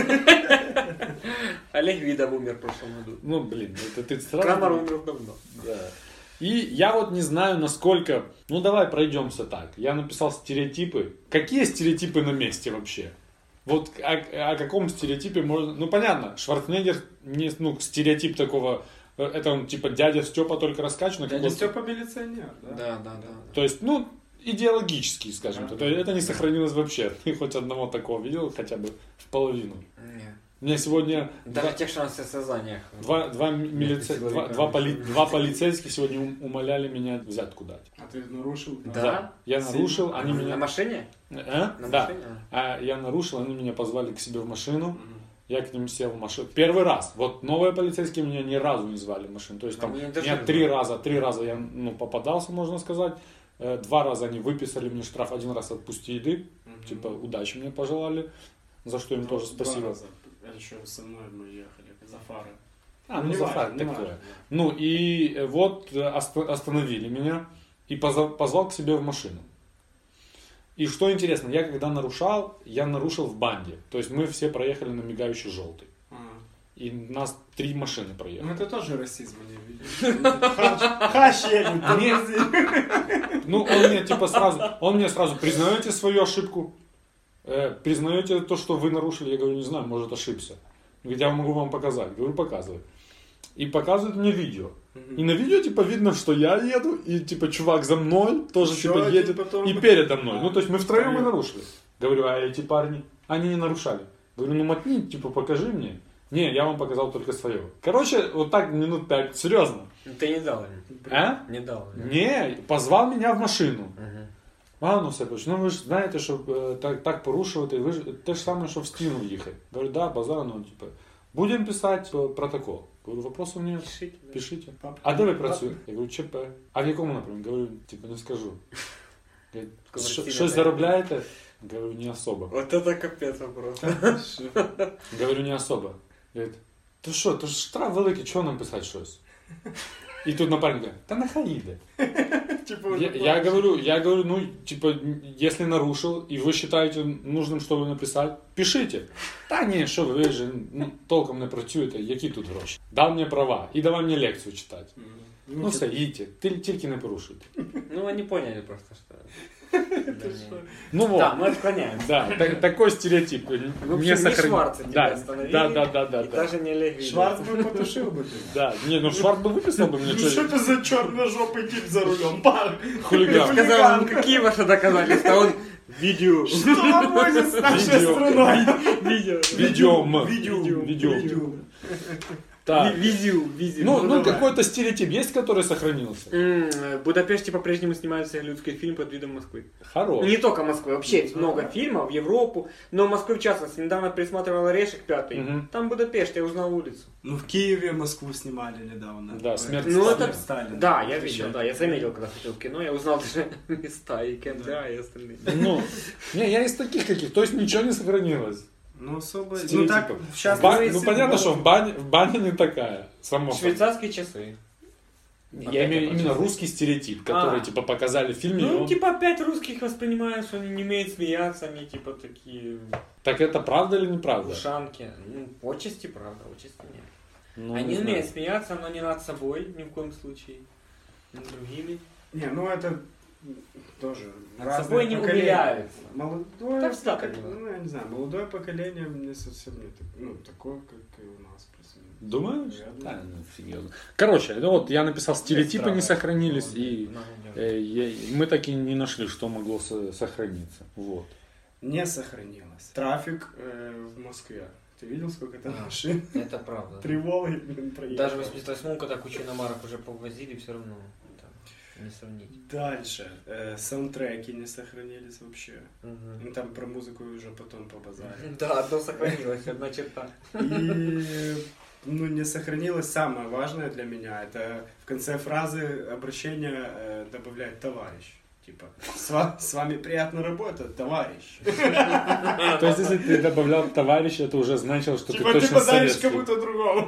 Олег Видов умер в прошлом году. Ну, блин, это ты сразу... Крамер умер давно. Да. И я вот не знаю, насколько... Ну, давай пройдемся так. Я написал стереотипы. Какие стереотипы на месте вообще? Вот о, о каком стереотипе можно... Ну, понятно, Шварценеггер, не, ну, стереотип такого... Это он типа дядя Степа только раскачан. Дядя Степа милиционер, да? Да, да, да. То есть, ну, идеологический, скажем Да. так. Это, это не сохранилось вообще. Ты хоть одного такого видел, хотя бы в половину. Нет. Мне сегодня... Даже два- в тех же состязаниях. Два, два, милице... силовиками. два, два, поли... два полицейских сегодня ум- умоляли меня взятку дать. А ты нарушил? Да? Я Сильно? нарушил, они На меня... машине? Э? На Да. машине? А я нарушил, они меня позвали к себе в машину. Мгм. Я к ним сел в машину. Первый раз. Вот новые полицейские меня ни разу не звали в машину. То есть там Они меня даже не три звали. раза, три раза я ну, попадался, можно сказать. Э, Два раза они выписали мне штраф, один раз отпусти еды. Мгм. Типа удачи мне пожелали. За что им Ну, тоже два спасибо. раза. А еще со мной мы ехали за фары. А, ну, не за важно, факт не такое. важно. Ну и э, вот э, оста- остановили меня и поза- позвал к себе в машину. И что интересно, я когда нарушал, я нарушил в банде. То есть мы все проехали на мигающий желтый. А. И нас три машины Ну проехали. это тоже расизм, не видишь? Хащ едет, тормози. Ну, он мне типа сразу, он мне сразу, признаете свою ошибку? Э, признаете то, что вы нарушили? Я говорю, не знаю, может ошибся. Он говорит, я могу вам показать. Говорю, показывай. И показывает мне видео. И на видео типа видно, что я еду, и типа чувак за мной тоже Еще типа один едет, потом. и передо мной. Ну то есть мы втроем и Втроем. нарушили. Говорю, а эти парни, они не нарушали. Говорю, ну мотни, типа покажи мне. Не, я вам показал только свое. Короче, вот так минут пять, серьезно. Ты не дал им. А? Не дал. да? Не, позвал меня в машину. Мгм. Ладно, Сепович, ну ви ж знаєте, що е, так, так порушувати, ви ж те ж саме, що в стіну їхати. Говорю, да, базар, ну, типа, будемо писати е, протокол. Говорю, вопросов нет, Пишите, да. пишите. Папа. А де ви працюєте? Я говорю, ЧП. А в якому напрямку? Говорю, типа, не скажу. Говорить, Комерційне «Що- щось питання». заробляєте? Говорю, не особо. Вот это капец вопрос. Говорю, не особо. Говорить, то що, то ж штраф великий, чого нам писати щось? І тут напарник говорить, та нехай їде. Типа Я, уже я говорю, я говорю, ну, типа, если нарушил, и вы считаете нужным, чтобы написать, пишите. Та ні, що ви, ви ж ну, толком не працюєте, які тут гроші. Дав мені права і давай мені лекцію читати. Мгм. Ну все, їдьте, Тіль- тільки не порушуйте. Ну, они поняли просто, что... Ну вот, Да, мы отклоняемся. да, так- такой стереотип. В Не общем, не сохрани- Шварца тебя да, остановили. да, да, да, да, И да. даже не Олег Видов. Шварц бы потушил бы ты. Да, не, ну Шварц бы выписал бы мне Ну что что это за черно-жопый тип за рулем? Пар. хулиган. Сказал, ну какие ваши доказательства? Он видео. Что он возит с нашей Видео. страной? Видео. Видеом. Видео. Видеом. Так. Видео. Видео. Ну, ну давай. какой-то стереотип есть, который сохранился? М, В Будапеште по-прежнему снимается голливудский фильм под видом Москвы. Хорош. Ну, не только Москвы, вообще есть много фильмов, в Европу, но Москвы в частности. Недавно присматривал «Орешек» пятый, Мгм. там Будапешт, я узнал улицу. Ну в Киеве Москву снимали недавно. Да, смерть Ну, Сталина. это- Сталин. Да, я видел, Отвечаю. да, я заметил, когда смотрел в кино, я узнал даже места, и Кенда, и остальные. Ну, не, я из таких каких, то есть ничего не сохранилось. Ну особо... Ну Стереотипов. так, сейчас... В бане- ну понятно, что в бане, в бане не такая. Само факт. Швейцарские часы. Я имею именно русский стереотип, который А. типа показали в фильме. и Ну, он- типа, опять русских воспринимают, что они не умеют смеяться, они типа такие Так это правда или неправда? ушанки. Ну, отчасти правда, отчасти нет. Ну, они не знаю. умеют смеяться, но не над собой, ни в коем случае. Над другими. Не, ну это тоже Над разные собой не поколения. умиляются. Молодое, Так всегда как- так было. ну я не знаю, молодое поколение мне совсем не так, ну такое, как и у нас. плюс-минус. Думаешь? Я Да, думаю. ну фиг его знает. Короче, ну вот я написал, стереотипы Странно. не сохранились, и Много э, делают. я- мы так и не нашли, что могло со- сохраниться. Вот. Не сохранилось. Трафик э, в Москве Ты видел, сколько там Да, машин? Это правда. Три Волги, блин, проехали. Даже в восемьдесят восьмом, когда кучу иномарок уже повозили, все равно это не сравнить. Дальше. Э, саундтреки не сохранились вообще. Мгм. Ну, там про музыку уже потом побазарили. Да, одно сохранилось, одна черта. И, ну, не сохранилось самое важное для меня. Это в конце фразы обращения э, добавляет «товарищ». Типа, с, ва- с вами приятно работать, товарищ. То есть, если ты добавлял товарищ, это уже значило, что ты Типа, ты точно подаришь советский. кому-то другому.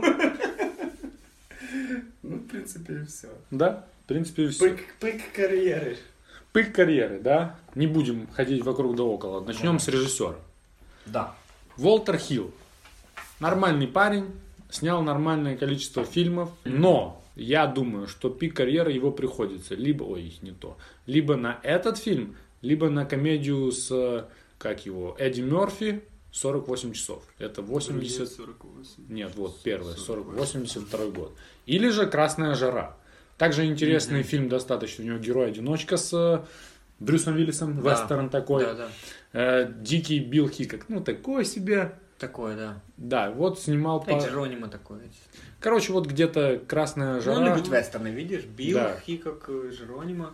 Ну, в принципе, и все. Да, в принципе, и все. Пык, пык карьеры. Пык карьеры, да? Не будем ходить вокруг да около. Начнем с режиссера. Да. Уолтер Хилл. Нормальный парень, снял нормальное количество фильмов, но я думаю, что пик карьеры его приходится либо, ой, не то, либо на этот фильм, либо на комедию с, как его, Эдди Мерфи «сорок восемь часов». Это восемьдесят... сорок восемь. Нет, вот первый, сорок восемьдесят второй год. Или же «Красная жара». Также интересный фильм достаточно. У него герой-одиночка с Брюсом Уиллисом, Да. вестерн такой. Да, да. Э, Дикий Билл Хикок, ну такой себе. Такое, да. Да, вот снимал... Да, и по- Джеронима такое. Короче, вот где-то «Красная Ну, жара». он любит вестерны, видишь? Билл, Да. Хикок, Джеронима.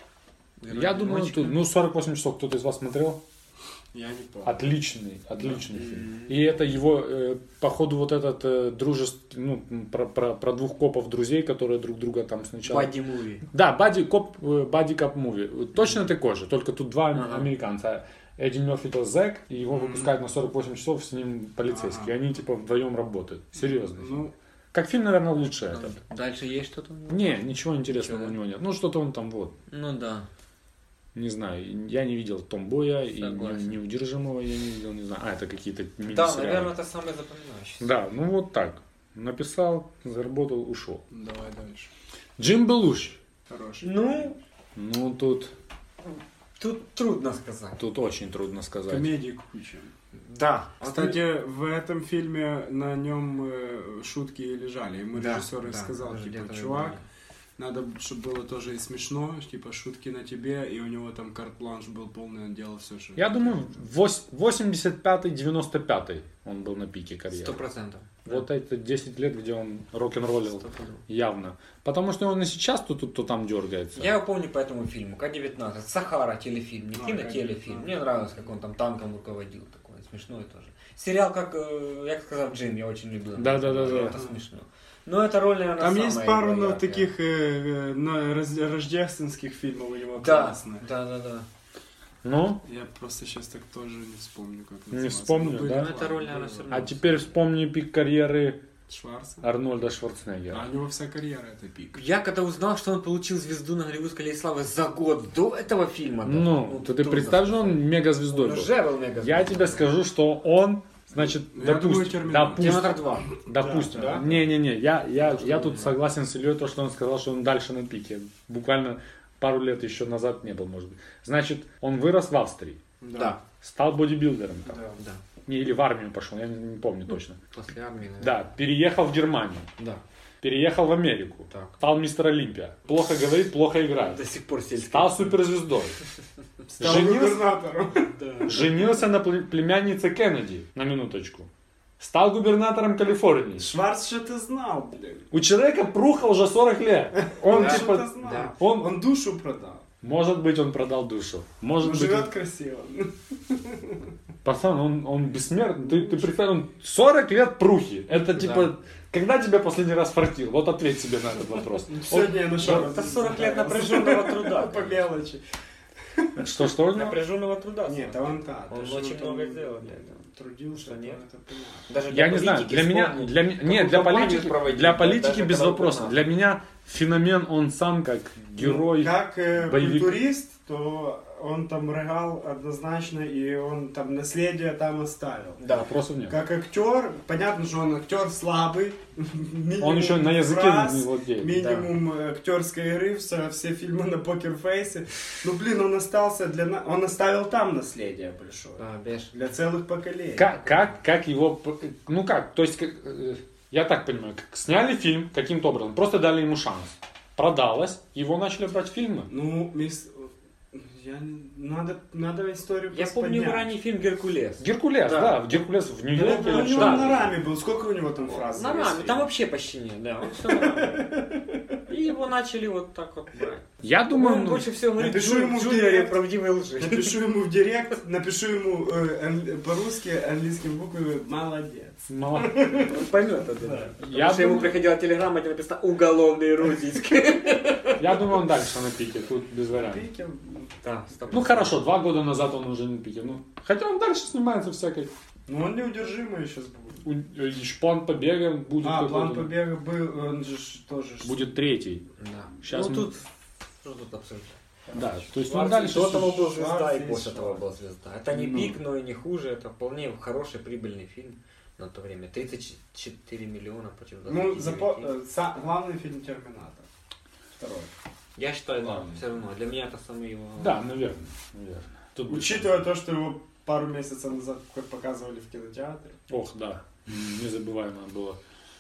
Я думаю, Одиночка. тут, ну, сорок восемь часов кто-то из вас смотрел. Я не помню. Отличный, отличный фильм. И это его, э, походу, вот этот э, дружеский, ну, про, про, про двух копов друзей, которые друг друга там сначала... Бадди муви. Да, бади коп, бади коп муви. Точно такой же, только тут два Ага. американца. Эдди Мерфи это зэк, и его выпускают на сорок восемь часов, с ним полицейские. Они типа вдвоем работают. Серьезно. Ну, Как фильм, наверное, лучше это. Дальше есть что-то? у него? Не, ничего интересного Ничего, у него нет. Ну, что-то он там вот. Ну да. Не знаю, я не видел Томбоя и Согласен. не- Неудержимого я не видел, не знаю. А, это какие-то Да, мини-сериалы. наверное, это самое запоминающееся. Да, ну вот так. Написал, заработал, ушел. давай дальше. Джим Белуши. Хороший. Ну, Ну, тут, тут трудно сказать. тут очень трудно сказать. Комедии куча. Да. Кстати, в этом фильме на нем э, шутки и лежали. Ему Да, режиссер и да, сказал, даже типа, где-то чувак, выбрали. надо, чтобы было тоже и смешно, типа, шутки на тебе, и у него там карт-бланш был полный, он делал все, что... Я думаю, вось- восемьдесят пятый девяносто пятый он был на пике карьеры. Сто процентов. Вот это десять лет, где он рок-н-роллил явно. Потому что он и сейчас то тут, то там дергается. Я его помню по этому фильму, К девятнадцать, Сахара телефильм, не А, кинотелефильм. К Мне нравилось, как он там танком руководил, такое смешное тоже. Сериал, как, э, я сказал, Джим, я очень любил. Да-да-да-да. Это смешно. Но это роль, наверное, Там самая есть пару его ну, яркая. таких э, э, на- раз- рождественских фильмов у него Да, классных. да, да, да. Ну, Я просто сейчас так тоже не вспомню, как Не называется. вспомню, Ну, были да? Ну, это роль, классные, наверное, были. всё равно. а теперь вспомни пик карьеры Шварца. Арнольда Шварценеггера. А у него вся карьера это пик. Я когда узнал, что он получил звезду на Голливудской аллее славы за год до этого фильма. даже, Ну, то ты трудно представь, что сказать. он мегазвездой Он был. уже был мега. Я тебе скажу, что он, значит, Ну, я думаю, допустим, Терминатор. допустим, Терминатор два. допустим, Да, да. не-не-не, я, я, что я он тут не согласен с Ильей, то, что он сказал, что он дальше на пике. Буквально пару лет еще назад не был, может быть. Значит, он вырос в Австрии, Да. стал бодибилдером там. Да. Да. Не, или в армию пошел, я не, не помню точно. После армии, наверное. Да, переехал в Германию, Да. переехал в Америку, Так. стал мистер Олимпия. Плохо говорит, плохо играет. До сих пор сельский. Стал суперзвездой. Стал Женился, губернатором. женился на пле- племяннице Кеннеди, на минуточку. Стал губернатором Калифорнии. Шварц что-то знал, блин. У человека пруха уже сорок лет. Он Да. Что-то типа, знал. да. он, Он душу продал. может быть, он продал душу. Может Он быть, живет он- красиво. пацан, он, он бессмертный. Ты, ты представь, он сорок лет прухи. Это типа, когда тебя последний раз фартил? Вот ответь себе на этот вопрос. Сегодня я нашел. Это сорок лет напряженного труда. По мелочи. Что, что у него? Напряженного труда. Нет, талантат. Он Ты что очень там много сделал для этого. Трудился, Что нет? это понятно. Даже Я не знаю, политики для меня, вспомни, для, ми- какую нет, для кампанию политики, проводили, для да, политики даже без когда вопросов. он Для меня феномен он сам как герой. Как э, боевик. культурист, то он там рыгал однозначно, и он там наследие там оставил. Да. Вопросов нет. Как актер, понятно, что он актер слабый. минимум Он еще на языке фраз, не владеет. Минимум э, актерской игры, все, все фильмы на покерфейсе. Ну блин, он остался для на- он оставил там наследие большое. А, беш. Для целых поколений. Как, как, как его, п- ну как, то есть, как, э, я так понимаю, как сняли фильм каким-то образом, просто дали ему шанс. Продалось, его начали брать в фильмы. Ну, мисс... Я не... Надо, надо историю Я помню поднять. ранний фильм «Геркулес». Геркулес, Да. да, Геркулес в Нью-Йорке. Ну, у или него что? Да. на раме был. Сколько у него там фраз? На за весь раме, фильм? там вообще почти нет, да. Он все на раме. И его начали вот так вот брать. Я думаю, Он ну, больше всего говорит напишу Джу- ему в Джулиаре директ. правдивой лжи. Напишу ему в директ, напишу ему э, ан- по-русски, английскими буквами «молодец». мало. Он поймет это, да. Потому Я что ему думаю- приходила телеграмма, где написано «уголовный розыск». Я думаю, он дальше на пике, тут без вариантов. Пики, Да, стоп. Ну хорошо, два года назад он уже на пике. Ну, хотя он дальше снимается всякой. Ну он неудержимый сейчас будет. У- э, ещё план побега будет. А, какой-то. план побега был, он же ж тоже... ж- Будет третий. Да. Щас ну мы- тут, что тут обсуждать? Да, то есть он Шварц- дальше... До того был Шварц звезда, и есть после Шварц. того был звезда. Это не Ну. пик, но и не хуже. Это вполне хороший, прибыльный фильм на то время. тридцать четыре миллиона против двадцати Ну, девяти. запо... э, са- главный фильм «Терминатор». Второй. Я считаю, да, Ладно. все равно. Для меня это самый его... Да, наверное. наверное. Тут без- Учитывая то, что его пару месяцев назад показывали в кинотеатре. Ох, да. Незабываемое было.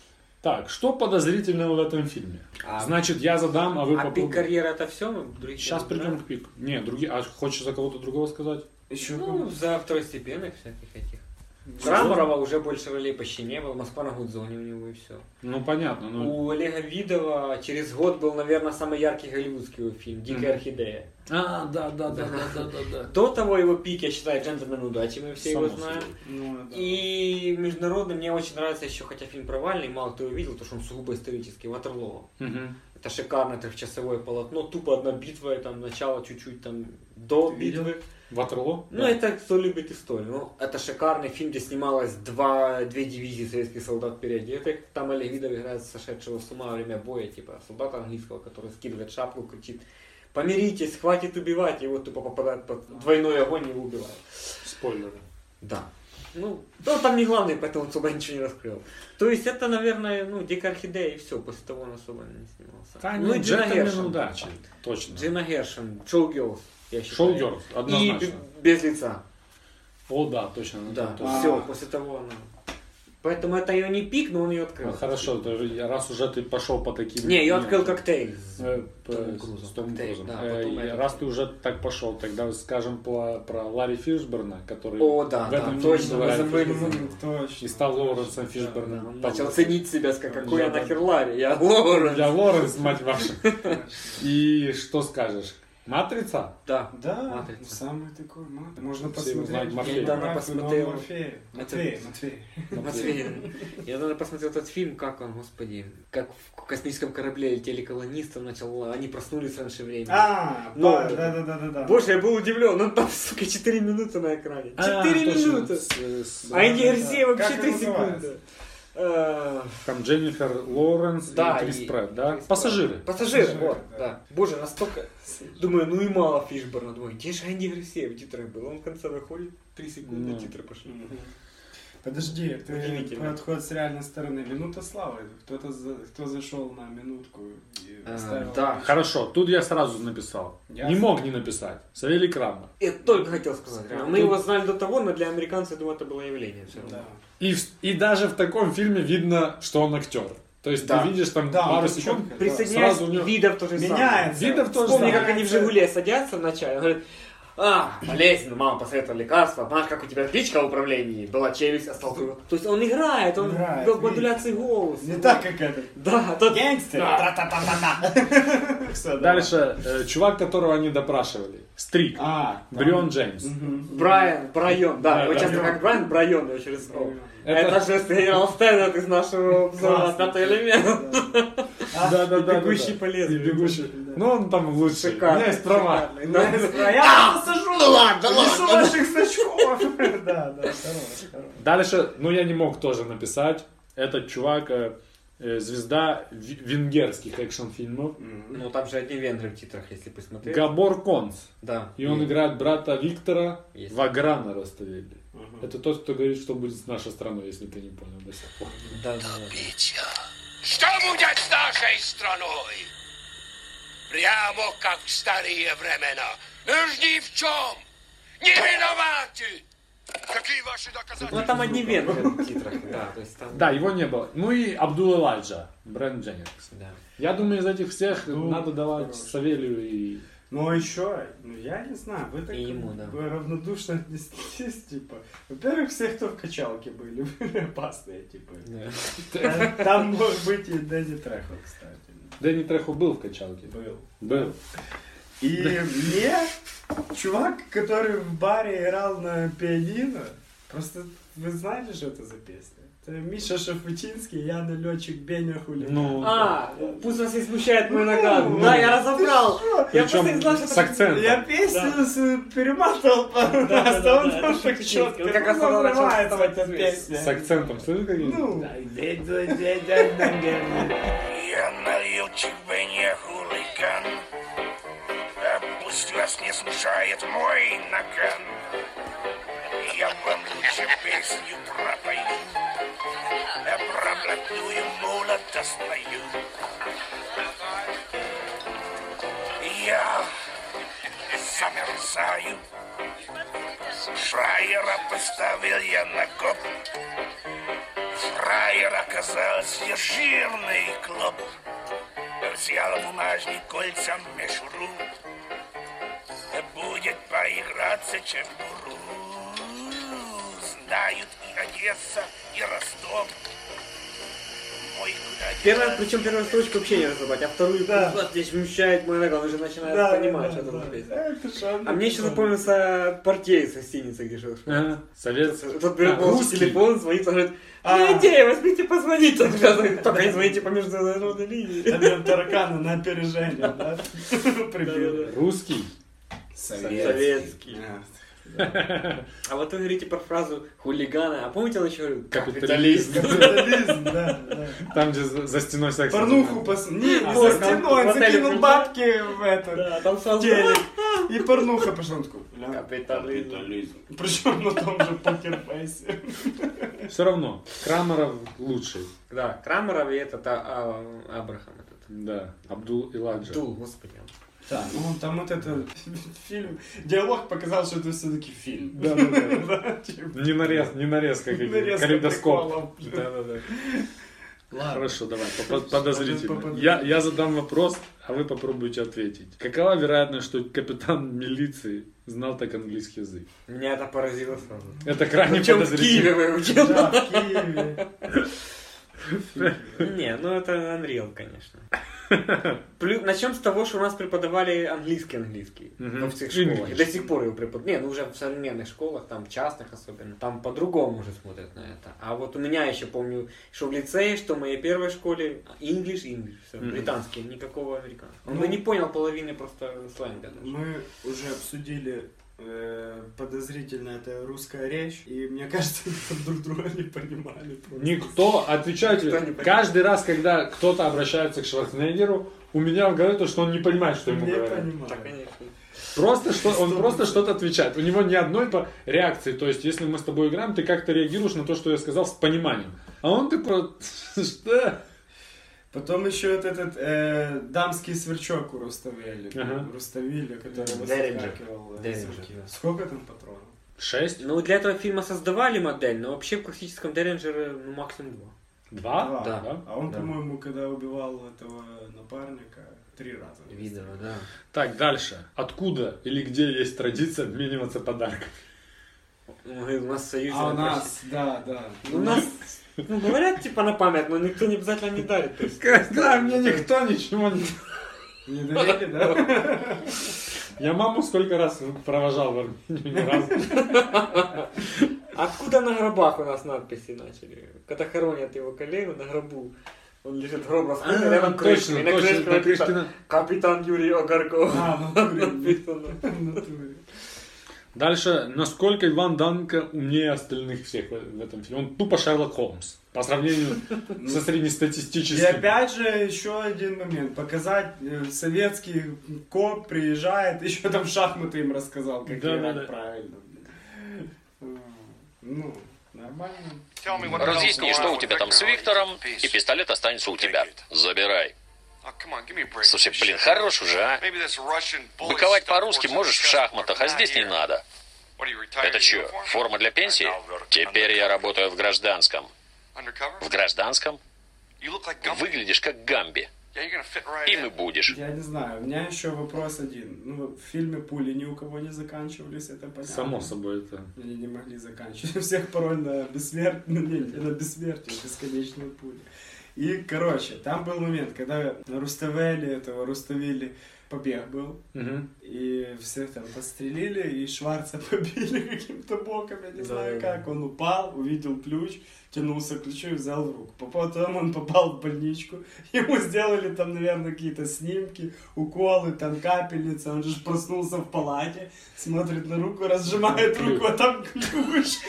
Так, что подозрительного в этом фильме? А- Значит, я задам, а вы А пик попробуйте. карьеры это все? Сейчас придем к пику. Не, другие. А хочешь за кого-то другого сказать? Еще Ну, за второстепенных всяких этих. Крамарова уже больше ролей почти не было. Москва на Гудзоне у него и все. Ну понятно, ну. У Олега Видова через год был, наверное, самый яркий голливудский его фильм «Дикая орхидея». А, да, да, да, да, да, да, да. До того его пик, я считаю, «Джентльмен удачи», мы все его Само знаем. собой. Ну, да. И международный мне очень нравится еще, хотя фильм провальный, мало кто его видел, потому что он сугубо исторический, «Ватерлоо». Мгм. Это шикарное трехчасовое полотно, тупо одна битва, и там начало чуть-чуть там до Ты видел? битвы. Ватерлоо? Ну, это кто любит историю. Ну, это шикарный фильм, где снималось два, две дивизии советских солдат переодетых. Там Олег Видов играет сошедшего с ума во время боя, типа солдата английского, который скидывает шапку, кричит: «Помиритесь, хватит убивать!» И вот тупо попадает под двойной огонь и его убивают. Спойлеры. Да. Ну, ну, там не главный, поэтому особо ничего не раскрыл. То есть это, наверное, ну, «Дикая орхидея» и все. После того он особо не снимался. Да, ну и ну, Джина «Джентльмен Гершон. удачи». Точно. Джина Гершон, «Шоу Герлз», я считаю. Шоу Герлз, И однозначно. б- «Без лица». О, да, точно. ну, Да, там то тоже. А. все, после того она... Поэтому это ее не пик, но он ее открыл. Ну, хорошо, то раз уже ты пошел по таким... Не, ее открыл как «Коктейль» с Э, Томом с- Крузом. с Томом «Коктейль», Крузом. да, Э, потом и это- раз ты уже так пошел, тогда скажем про, про Ларри Фишберна, который О, да, в да, этом точно, фильме мы играет забыли. Фишберна. Точно. И стал Лоуренсом Да, Фишберном. он Там начал вот. ценить себя, как какой я Да, да. нахер Ларри, я Лоуренс. Я Лоуренс, мать вашу. И что скажешь? «Матрица»? Да, Да, «Матрица». самый такой мат. Можно Все его посмотреть. знают, Морфей. Я недавно биографию посмотрел. Дона Морфея. Матвей, Матвей. Матвей. Я даже посмотрел этот фильм, как он, господи, как в космическом корабле летели колонисты, начал, они проснулись раньше времени. А, Ну, да, да, да, да, да. Боже, я был удивлен, ну там, сука, четыре минуты на экране. четыре А, точно, минуты! с- с- А Инди да, Гарсия да. вообще Как три он называется? секунды. Э, Там Дженнифер Лоуренс Да, и Крис и- Претт, да? Крис Пассажиры. Претт. Пассажиры, Пассажиры, вот, да. да. Боже, настолько... Думаю, ну и мало Фишборна. Думаю, где же Анди Гарсия в титрах был? Он в конце выходит, три секунды, Ну. титры пошли. Подожди, ты Удивительно. подход с реальной стороны. Минута славы. Кто-то за, кто зашел на минутку и А, оставил. да. Хорошо, тут я сразу написал. Ясно. Не мог не написать. Савелий Крамер. Я только хотел сказать. реально. Мы Тут- его знали до того, но для американцев, я думаю, это было явление. Все равно. Да. И, в- и даже в таком фильме видно, что он актер. То есть Да. ты видишь там Да, пару он секунд. чётко. Присоединяюсь, Сразу у него- Видов тоже самое. Меняется. Видов тоже Вспомни, самое. как они в «Жигуле» садятся вначале. Он говорит: а, болезнь, мама посоветовала лекарства. Знаешь, как у тебя кличка в управлении? Была челюсть, а стал другой. То есть он играет, он Играет, в модуляции голоса. Не так, как этот. Да, тот... Гангстер. Да. Тра-та-та-та-та. Всё, давай. Дальше э, чувак, которого они допрашивали. Стрик. А, Брион Джеймс. Мгм. Брайан, Брайон, да, Да, его да. часто как Брайан, Брайон, его через слово. Это- Это же генерал Стэннет из нашего обзора Классно. «Пятый элемент». А, Да, да, да. «Бегущий да, по да. лезвию». И бегущий. Ну он там лучший. Шикарно. У меня есть права. шикарно. Да. Я посажу. Ну ладно, Лишу ладно. ваших значков. Да, да, хорош, хорош. Дальше, ну я не мог тоже написать. Этот чувак, э, э, звезда ви- венгерских экшн-фильмов. Ну там же одни венгры в титрах, если посмотреть. Габор Конц. Да. И он есть. играет брата Виктора Есть. Ваграна Роставели. Мгм. Это тот, кто говорит, что будет с нашей страной, если ты не понял до сих пор. Да, да, да. Петя, что будет с нашей страной? Прямо как в старые времена. Мы ж ни в чем не виноваты. Какие ваши Ну доказательства? там одни венгры в титрах, да, то есть там... Да, его не было. Ну и Абдул Элайджа, Брэнд Дженнингс. Да. Я думаю, из этих всех Ну, надо давать хорошо. Савелию и Ну, а еще, ну, я не знаю, вы так И ему, да. вы равнодушно отнеслись, типа. Во-первых, все, кто в качалке были, были опасные, типа. Да. Там может быть и Дэнни Трехо, кстати. Дэнни Трехо был в качалке. Был. Был. И мне чувак, который в баре играл на пианино, просто вы знаете, что это за песня? Это Миша Шафутинский, я налетчик Беня Хулиган. Ну, А, пусть вас не смущает мой наган. Ну, Да, я разобрал. Я причем просто не знал, что с это- акцентом. Я песню с- перематывал пару Да, раз, да, а он да, там это так Шафутинский. четко. Он как раз тогда начал называется вставать эта в песня. с акцентом. Слышишь, какие? Ну, Я налетчик Беня Хулиган. А пусть вас не смущает мой наган. Я вам лучше песню пропою. А про блатную молодость мою. Я замерзаю. Фраера поставил я на коп. Фраер оказался жирный клоп. Взял бумажник кольцам мишуру. Будет поиграться чепуру. Знают и Одесса, и Ростов. Мой куда Первая, причем первую строчку вообще не разобрать, а вторую Да. «Пусть вас здесь смущает мой наган», уже начинает да, понимать, да, что да, там песня. да. Это что, А мне еще запомнился портье из гостиницы, где жил. Ага, советский. Тот берет А, голос русский. телефон, звонит, он говорит: А. «Ну, идея, возьмите, позвоните». Он говорит: «Только не звоните по международной линии». Там таракана на опережение, да? Прибил. Русский. Советский. А, А вот вы говорите про фразу хулигана. А помните, он еще говорит: Капитализм. Капитализм, да, да. Там, где за, за стеной секс. Порнуху пос... Не, А, за вот стеной, там он в отеле закинул включил. бабки в этот Да, там сразу телек. И порнуха пошла. Он такой, бля, Капитализм. Причем на том же покерфейсе. Все равно. Крамеров лучший. Да, Крамеров и этот а, а, Абрахам этот. Да. Абдул Иладжа. Дул, господи. Да, ну там вот этот фильм, диалог показал, что это все-таки фильм. Да, да, да. Да, типа. Не нарез, не нарезка какие. Нарезка Калейдоскоп. приколов. Да, да, да. Ладно. Хорошо, давай, по- по- подозрительно. По- Я, я задам вопрос, а вы попробуйте ответить. Какова вероятность, что капитан милиции знал так английский язык? Меня это поразило сразу. Это крайне Причем в Киеве подозрительно. выучил. Да, в Киеве. Не, ну это Unreal, конечно. Плюс, начнем с того, что у нас преподавали английский-английский Мгм. во всех школах. English. И до сих пор его преподают. Не, ну уже в современных школах, там частных особенно, там по-другому уже смотрят на это. А вот у меня еще помню, что в лицее, что в моей первой школе English, English, все, Мгм. британский, никакого американского. Он Ну, бы не понял половины просто сленга даже. Мы уже обсудили э, подозрительно это русская речь, и мне кажется, они друг друга не понимали. просто. Никто, отвечайте, Никто не понимает. каждый раз, когда кто-то обращается к Шварценеггеру, у меня в голове то, что он не понимает, что ему Не говорят. понимаю. Да, конечно. Просто что, он просто что-то отвечает. У него ни одной по реакции. То есть, если мы с тобой играем, ты как-то реагируешь на то, что я сказал, с пониманием. А он такой, что? Потом еще вот этот э, дамский сверчок у Руставели, Ага. Руставели, который Деринджер. выскакивал. э, Деринджер, сверчки. да. Сколько там патронов? Шесть? Ну, для этого фильма создавали модель, но вообще в классическом Derringer ну, максимум два. Два? Два. Да. А он, Да. по-моему, когда убивал этого напарника, три раза. Видимо, да. Так, дальше. Откуда или где есть традиция обмениваться подарками? Ну, у нас в Союзе... А у это нас, да, да. У нас, ну, говорят, типа, на память, но никто не обязательно не дарит. То есть, Да, мне никто ничего не... Не доверили, да? Я маму сколько раз провожал в Армению, ни разу. Откуда на гробах у нас надписи начали? Когда хоронят его коллегу на гробу, он лежит гроб раскрытый, А, рядом крышка, точно, и на точно, крышке на крышке написано «Капитан Юрий Огарков». А, в натуре. Написано. В натуре. Дальше, насколько Иван Данко умнее остальных всех в, в этом фильме? Он тупо Шерлок Холмс. По сравнению со И среднестатистическим. опять же, еще один момент. Показать э, советский коп приезжает, еще там шахматы им рассказал, как Да, играть да, да. правильно. М, Ну, нормально. Разъясни, что у тебя там с Виктором, и пистолет останется у тебя. Забирай. Слушай, блин, хорош уже, а? Быковать по-русски можешь в шахматах, а здесь не надо. Это что, форма для пенсии? Теперь я работаю в гражданском. В гражданском? Выглядишь как Гамби. Им и будешь. Я не знаю, у меня еще вопрос один. Ну, в фильме пули ни у кого не заканчивались, это понятно. Само собой это. Они не могли заканчивать. У всех пароль на бессмертие, ну, не, на бессмертие, бесконечную пулю. И, короче, там был момент, когда Руставели, этого Руставели, побег был, Угу. и всех там подстрелили, и Шварца побили каким-то боком, я не Да, знаю да, как. да. Он упал, увидел ключ, тянулся к ключу и взял в руку. Потом он попал в больничку, ему сделали там, наверное, какие-то снимки, уколы, там капельница, он же проснулся в палате, смотрит на руку, разжимает Ключ. руку, а там ключ.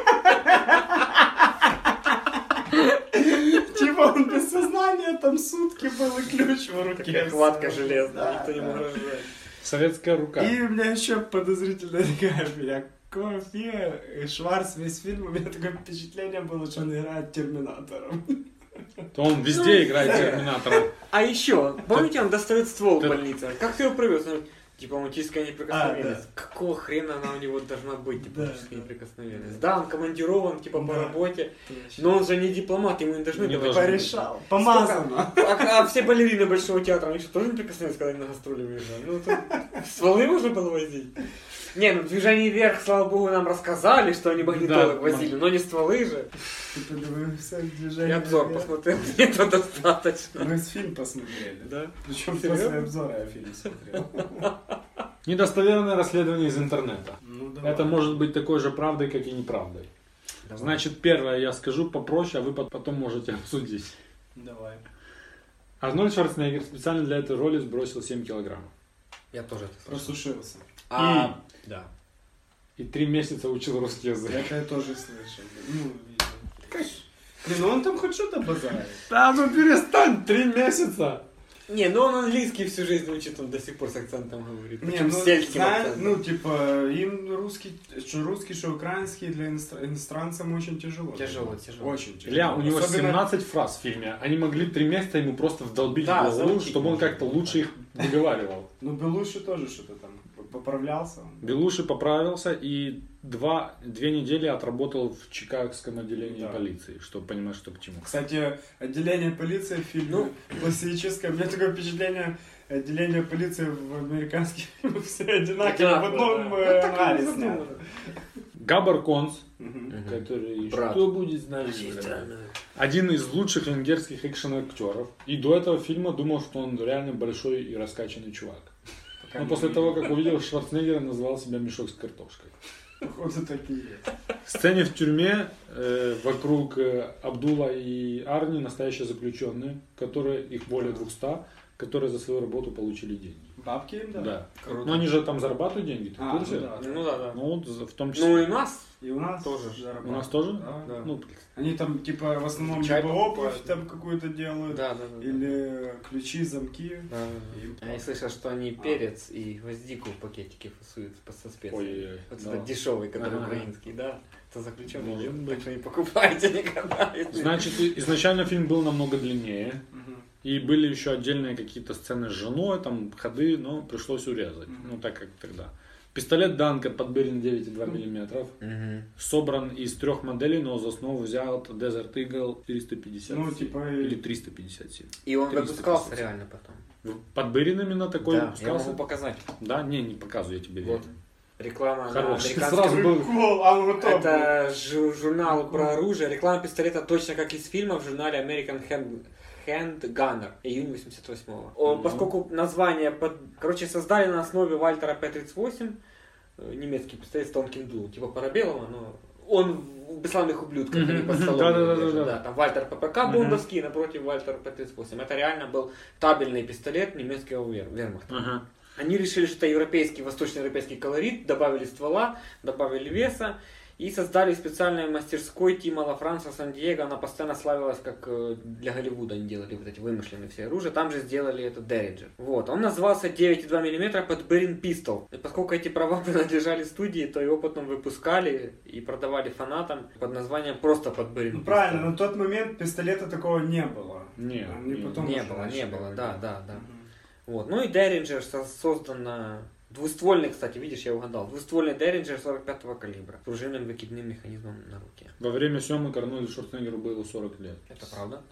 Типа он без сознания, там сутки был и ключ в руке. Такая хватка железная, Да, никто не да. мог разжать. Советская рука. И у меня еще подозрительная такая фигня. Кофе, Шварц весь фильм, у меня такое впечатление было, что он играет Терминатором. То он везде играет Терминатора. А еще, помните, он достает ствол в Ты- больнице? Как ты его привез? Ну, дипломатическая неприкосновенность. А, да. Какого хрена она у него должна быть, дипломатическая Да, да. неприкосновенность? Да, он командирован, типа, по Да. работе, но он же не дипломат, ему не должны Не давать. должны. Порешал. Помазано. А, а все балерины Большого театра, они что, тоже неприкосновенность, когда они на гастроли выезжают? Ну, тут стволы можно было возить. Не, ну движение вверх, слава богу, нам рассказали, что они магнитолог Да, возили, но не стволы же. Ты подивився движение. Я обзор вверх. посмотрел, этого достаточно. Мы фильм посмотрели. Да? Причем Серьезно? после обзора я фильм смотрел. Недостоверное расследование из интернета. Ну, давай. Это может быть такой же правдой, как и неправдой. Значит, первое я скажу попроще, а вы пот- потом можете обсудить. Давай. Арнольд Шварценеггер специально для этой роли сбросил семь килограмм. Я тоже это слышал. Просушился. А, да. И три месяца учил русский язык. Это я тоже слышал. Ну, видел. Блин, ну он там хоть что-то базарит. Да ну перестань, три месяца! Не, ну он английский всю жизнь учит, он до сих пор с акцентом говорит. Не, Причем ну, с сельским знаешь, акцентом. ну, типа, им русский, что русский, что украинский для иностр- иностранцам очень тяжело. Тяжело, тяжело. Очень тяжело. Илья, у него Особенно- семнадцать фраз в фильме. Они могли три месяца ему просто вдолбить Да, в голову, заучить чтобы он можно. как-то лучше их выговаривал. Ну, Белуши тоже что-то там поправлялся. он. Белуши поправился и два, две недели отработал в Чикагском отделении Да. полиции, чтобы понимать, что к чему. Кстати, отделение полиции в фильме Ну. классическое. У меня такое впечатление, отделение полиции в американских фильмах все одинаковые. Одинаково, В одном да. э, Ну, так и ангаре не сняты. задумано. Габор Конц, Мгм. который Брат. что будет знать, один из лучших венгерских экшен-актеров. И до этого фильма думал, что он реально большой и раскачанный чувак. Пока Но не после видел. того, как увидел Шварценеггера, назвал себя мешок с картошкой. Походу такие есть. В сцене в тюрьме э, вокруг э, Абдула и Арни настоящие заключенные, которые, их более двухсот, которые за свою работу получили деньги. Бабки им, да? Да. Круто. Но они же там зарабатывают деньги, ты А, в курсе? ну да. Ну да, да. Ну вот за- в том числе. Ну и нас. И у нас Тоже. зарабатывают. У нас тоже? Да. Да. Ну, Они там, типа, в основном Чай либо обувь покупают, да. там какую-то делают, Да, да, да. или ключи, замки. Да, да, да. А я слышал, что они перец и гвоздику в пакетике фасуют со специями. Ой-ой-ой. Вот Да. этот дешевый, который Ага. украинский, да. Это заключенный. Может делает, быть. Так что не покупайте никогда. если- Значит, и- изначально фильм был намного длиннее. Мгм. И были еще отдельные какие-то сцены с женой, там ходы, но пришлось урезать. Мгм. Ну так как тогда. Пистолет Данка подберен девять и два миллиметра. Мгм. Собран из трех моделей, но за основу взял Desert Eagle четыреста пятьдесят Ну, типа, и- или триста пятьдесят семь. И он триста выпускался пятьдесят. реально потом. Подберен именно такой Да, я выпускался? могу показать. Да, не, не показываю, я тебе верю. Вот. Реклама на Хорош. американском... Сразу был. Прикол, а ну готов. Это жу- журнал про оружие. Реклама пистолета точно как из фильма в журнале American Hand... Handgunner, июнь восемьдесят восьмого. Он, Мгм. поскольку название, под... короче, создали на основе Вальтера П тридцать восемь, э, немецкий пистолет с тонким дулом, типа Парабеллума, но он в бесславных ублюдках, Мгм. они под столом Да-да-да-да-да. его держат. Да, там Вальтер ППК Мгм. бондовский, напротив Вальтер П тридцать восемь. Это реально был табельный пистолет немецкого вер... вермахта. Ага. Они решили, что это европейский, восточноевропейский колорит, добавили ствола, добавили веса и создали специальной мастерской Тима Лафранца Сан-Диего. Она постоянно славилась, как э, для Голливуда они делали вот эти вымышленные все оружия. Там же сделали этот Derringer. Вот. Он назывался девять и два миллиметра под Berin Pistol. И поскольку эти права принадлежали студии, то его потом выпускали и продавали фанатам под названием просто под Berin Ну Pistol. правильно, на тот момент пистолета такого не было. Не, Они не, потом Не уже было, не начали. было, да, да, да. Мгм. Вот. Ну и Derringer со- создан на Двуствольный, кстати, видишь, я угадал. Двуствольный Derringer сорок пятого калибра. С пружинным выкидным механизмом на руке. Во время съемок Арнольду Шварценеггеру было сорок лет. Это правда?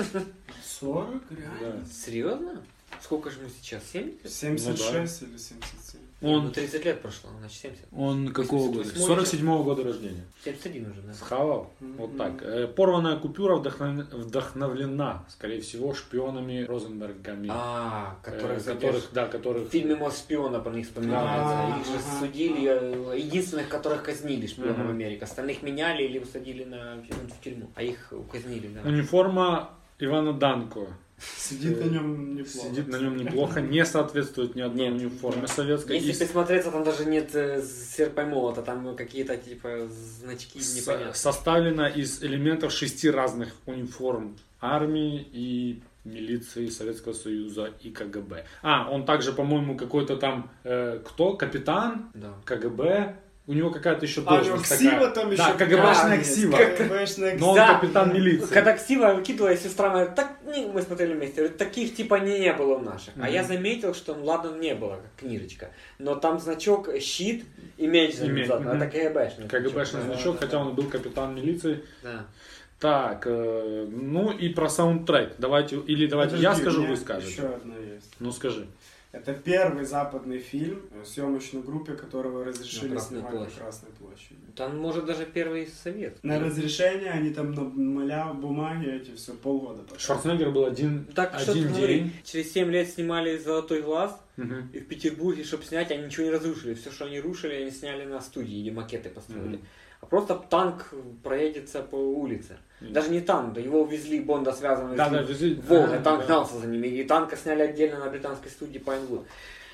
сорок? Реально? Да. Серьезно? Сколько же ему сейчас? семьдесят? семьдесят шесть Ну, да. или семьдесят семь? Он, Ну, тридцать лет прошло, значит семьдесят. он какого года? восемьдесят восьмой сорок седьмого года рождения. семьдесят один уже, да. Схавал? Мгм. Вот так. Э, Порванная купюра вдохнов- вдохновлена, скорее всего, шпионами Розенбергами. А, э, которых, которых, да, которых... в фильме «Мост шпиона» про них вспоминается. А, Их же ага. судили, э, единственных, которых казнили шпионов Мгм. Америки. Остальных меняли или усадили на, в тюрьму. А их казнили, да. Униформа Ивана Данко. Сидит на нем неплохо. Сидит на нем неплохо, не соответствует ни одной Нет. униформе советской. Если И с- присмотреться, там даже нет э, серпа и молота, там какие-то типа значки с- непонятные. составлена из элементов шести разных униформ армии и милиции Советского Союза и КГБ. А, он также, по-моему, какой-то там, э, кто? Капитан Да. КГБ. У него какая-то еще А, у него должность ксива такая. там Да, еще. КГБшная есть, ксива. КГБшная Но он Да. капитан милиции. Когда ксива выкидывала, сестра моя, так, не, мы смотрели вместе, говорит, таких типа не, не было у наших. А Мгм. я заметил, что, ну ладно, не было, как книжечка, но там значок щит и меч И меч, завязан, мгм. это КГБшный. КГБшный Да, значок, да, хотя да. он был капитан милиции. Да. Так, э, ну и про саундтрек. Давайте, или давайте я Подожди, скажу, у меня вы скажете. Еще одна есть. Ну скажи. Это первый западный фильм, э, съемочной группе которого разрешили На Красной снимать площади. на Красной площади. Там, может, даже первый совет. На разрешение они там на маля бумаги эти все полгода потратили. Шварценеггер был один, Так, что один смотри, день. через семь лет снимали «Золотой глаз», Мгм. и в Петербурге, чтобы снять, они ничего не разрушили. Все, что они рушили, они сняли на студии или макеты построили. Мгм. А просто танк проедется по улице. Мгм. Даже не танк, да его увезли, Бонда связанного Да, с да, ним. везли. Волга, А, танк да. гнался за ними. И танка сняли отдельно на британской студии Пайнвуд.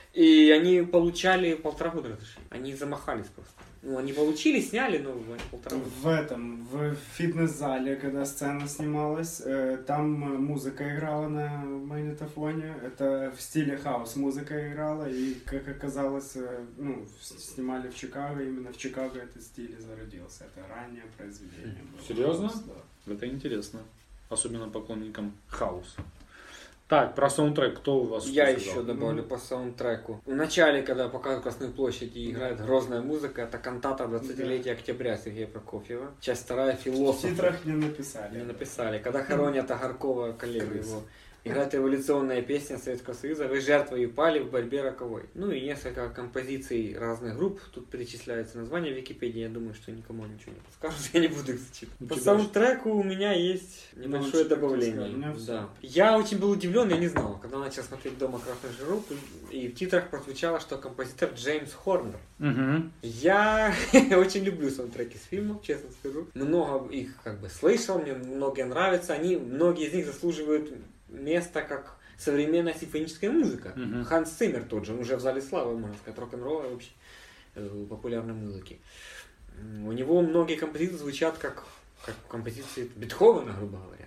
И они получали полтора года разрешения. Они замахались просто. Ну, они получили, сняли, но они полтора года. В этом, в фитнес-зале, когда сцена снималась, э, там э, музыка играла на магнитофоне. Это в стиле хаус музыка играла. И, как оказалось, э, ну, с- снимали в Чикаго. Именно в Чикаго этот стиль и зародился. Это раннее произведение было. Серьезно? Да. Это интересно. Особенно поклонникам хаоса. Так, про саундтрек. Кто у вас что Я сказал? еще добавлю по саундтреку. В начале, когда показывают Красную площадь и играет грозная музыка, это кантата двадцатилетия октября Сергея Прокофьева. Часть вторая В «Философ». титрах не написали. Не написали. Когда хоронят Агаркова, коллегу Крыс. его. Играет революционная песня Советского Союза «Вы жертвой упали в борьбе роковой». Ну и несколько композиций разных групп. Тут перечисляются названия в Википедии. Я думаю, что никому ничего не подскажут. Я не буду их зачитывать. У По тебя саундтреку у меня есть небольшое Ну, добавление. у меня всё. Да. Я очень был удивлен, я не знал. Когда начал смотреть «Дома красных жиров», и в титрах прозвучало, что композитор Джеймс Хорнер. Мгм. Я очень люблю саундтреки с фильмов, честно скажу. Много их как бы слышал, мне многие нравятся. Они, многие из них заслуживают места как современная симфоническая музыка. Мгм. Ханс Циммер тот же, он уже в зале славы, можно сказать, рок-н-ролла и вообще э, популярной музыки. М, У него многие композиции звучат как, как композиции Бетховена, грубо говоря.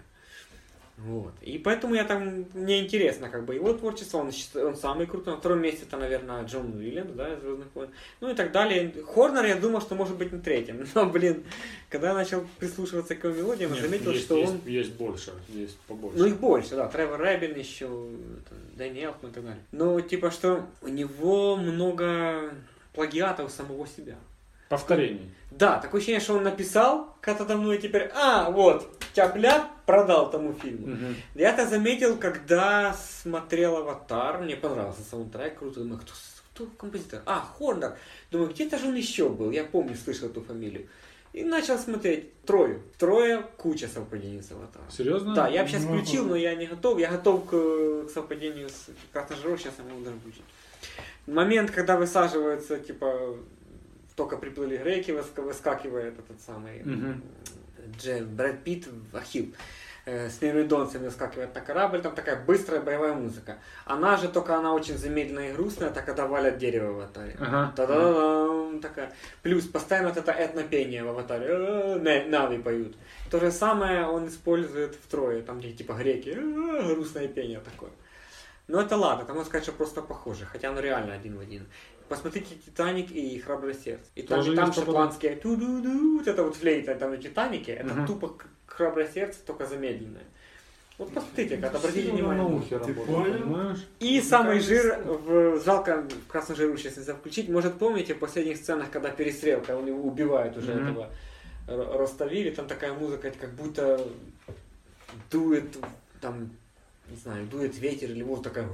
Вот. И поэтому я там, мне интересно как бы его творчество, он, счит- он самый крутой. На втором месте это, наверное, Джон Уильямс, да, из «Звездных войн». Ну и так далее. Хорнер, я думал, что может быть на третьем. Но, блин, когда я начал прислушиваться к его мелодиям, я Нет, заметил, есть, что есть, он... есть больше, есть побольше. Ну их больше, да. Тревор Рэббин еще, это, Дэнни Элфман и так далее. Но типа, что у него много плагиатов самого себя. Повторений. Да, такое ощущение, что он написал когда-то давно и теперь, а, вот, тяп-ляп, продал тому фильму. Мгм. Я это заметил, когда смотрел «Аватар», мне понравился саундтрек, круто, думаю, кто, кто композитор? А, Хорнер. Думаю, где-то же он еще был, я помню, слышал эту фамилию. И начал смотреть Трою. Трое, куча совпадений с «Аватаром». Серьезно? Да, я бы сейчас Ну, включил, но я не готов. Я готов к, к совпадению с «Красным жиром», сейчас я могу даже включить. Момент, когда высаживаются, типа, только приплыли греки, выска- выскакивает этот самый Мгм. Дже, Брэд Питт, Ахилл, э, с мирмидонцами выскакивает на корабль, там такая быстрая боевая музыка. Она же, только она очень замедленная и грустная, так когда валят дерево в «Аватаре». Ага. Та-да-дам, такая. Плюс постоянно вот это этнопение в «Аватаре». Э, на- Нави поют. То же самое он использует в «Трое», там где типа греки. Э, Грустное пение такое. Но это ладно, там можно сказать, что просто похоже, хотя оно реально один в один. Посмотрите «Титаник» и «Храброе сердце». И там, Тоже и там есть что-то? шотландские ту-ду-ду, вот это вот флейта там на «Титанике», это Мгм. тупо к- «Храброе сердце», только замедленное. Вот посмотрите, как обратите На внимание. ухе работает, понимаешь? И самый жир, в, жалко, в красном жиру сейчас нельзя включить. Может, помните в последних сценах, когда перестрелка, он его убивает уже Mm-hmm. этого Р- Роставили, там такая музыка, как будто дует, там, не знаю, дует ветер или воздух, такая...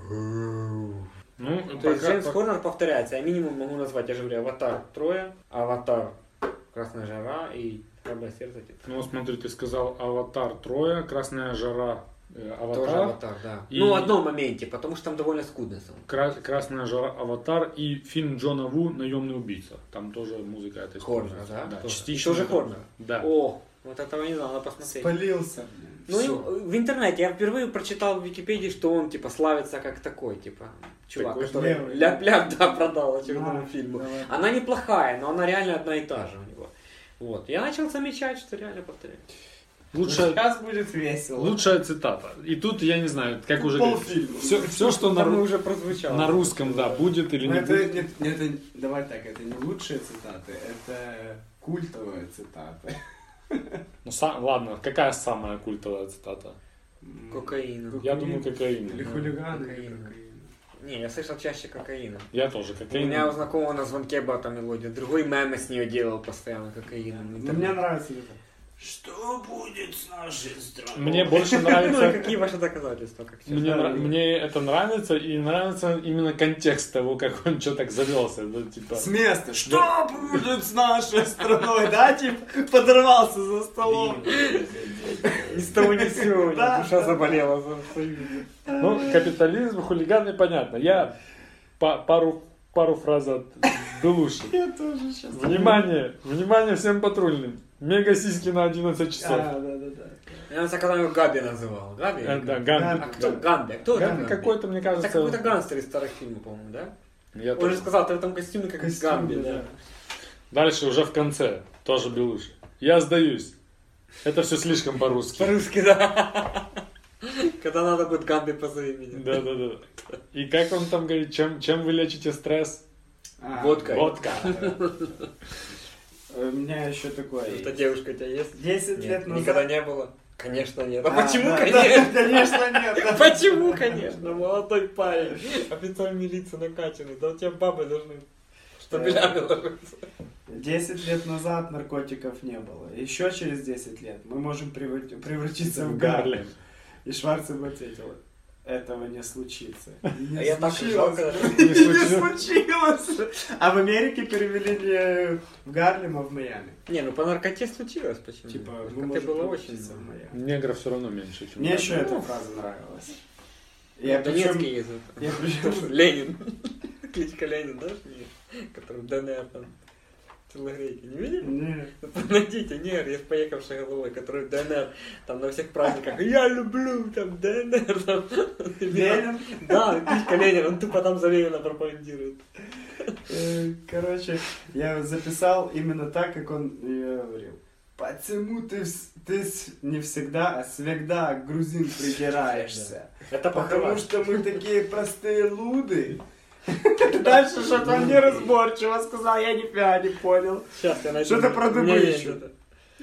Ну, То есть пока- Джеймс пока- Хорнер повторяется. Я минимум могу назвать, я же говорю, Аватар Троя, Аватар Красная жара и Храброе сердце. Ну, смотри, ты сказал Аватар Троя, Красная жара, э, Аватар. Тоже Аватар, да. И- Ну, в одном моменте, потому что там довольно скудный сон. Кра- Красная жара, Аватар и фильм Джона Ву «Наемный убийца». Там тоже музыка эта Хорнер, используется. да? Да, Тоже. частично. И тоже Хорнер? Да. О, вот этого не знал, надо посмотреть. Спалился. Ну, и Всё. в интернете я впервые прочитал в Википедии, что он, типа, славится как такой, типа, чувак, Такой который левый. ляп-ляп, да, продал очередному Да, фильму. давай. Она неплохая, но она реально одна и та же у него. Вот. Я начал замечать, что реально повторяю. Лучшая, Сейчас будет весело. лучшая цитата. И тут, я не знаю, как уже... Полфильма. Все, все, что на, Там ру- уже прозвучало. на русском, да, будет или Но не это, будет. нет, нет, это, давай так, это не лучшие цитаты, это культовые цитаты. Ну, са- ладно, какая самая культовая цитата? Кокаина. Я думаю, кокаин. Или хулиганы, или Кокаин. кокаин. Не, я слышал чаще кокаина. Я тоже У кокаин. меня у знакомого на звонке была там мелодия. Другой мемы с нее делал постоянно кокаином. Но мне нравится это. Что будет с нашей страной? Мне больше Ну и нравится... какие ваши доказательства? Как сейчас? Мне, нра- мне это нравится, и нравится именно контекст того, как он что так завелся. Да, типа... С места. Что будет с нашей страной? Да, типа, подорвался за столом. Ни с того ни с сего, у него Да, душа да. заболела за Союзе. Ну, капитализм, хулиганы, понятно. Я па- пару, пару фраз от Белуши. Я тоже сейчас. Внимание, внимание всем патрульным. Мега сиськи на одиннадцать часов. А, да, да, да. Я на когда его Габи называл. Габи? Э, да, А Ганби. кто? Ганби. А кто Ганби это? какой-то, мне Это кажется... какой-то гангстер из старых фильмов, по-моему, да? Я Он тоже- же сказал, ты в этом костюме как Костюм, Ганби, да. да. Дальше уже в конце, тоже Белуши. Я сдаюсь. Это все слишком по-русски. По-русски, да. Когда надо будет Ганби, позови меня. Да, да, да. И как он там говорит, чем, чем вы лечите стресс? А, Водкой. Водка. У меня еще такое Эта есть. девушка у тебя есть? десять Нет, лет назад... никогда не было. Конечно нет. А, А, почему, да, конечно? да, конечно нет. да. Почему, конечно? Молодой парень, офицер милиции накачанный. Да у тебя бабы должны штабелями ложиться. Десять лет назад наркотиков не было. Еще через десять лет мы можем превра- превратиться в В Гарлем. Гарлем. И Шварцев ответил, этого не случится. И не А я так случилось. жалко. И не случилось. А в Америке перевели не в Гарлем, а в Майами. Не, ну по наркоте случилось почему? Типа, По мы наркоте можем было очень превратиться в много. Майами. Негров все равно меньше, чем... Мне нас. еще эта фраза нравилась. Я причем... Донецкий язык. Я причем... Ленин. Кличка Ленин, да? Нет. Который в ДНР там телогрейки. Не видели? Не. Найдите, нет, есть поехавший головой, который в ДНР, там на всех праздниках, я люблю, там, ДНР, там. Ленин? Да, кличка Ленин, он тупо там за Ленина пропагандирует. Э, Короче, я записал именно так, как он и говорил. Почему ты, вс- ты с- не всегда, а всегда к грузин придираешься? Это Потому похоже. что мы такие простые луды. Дальше что-то он неразборчиво сказал, я нифига не понял. Сейчас я найду. Что-то про У меня есть добычу. это.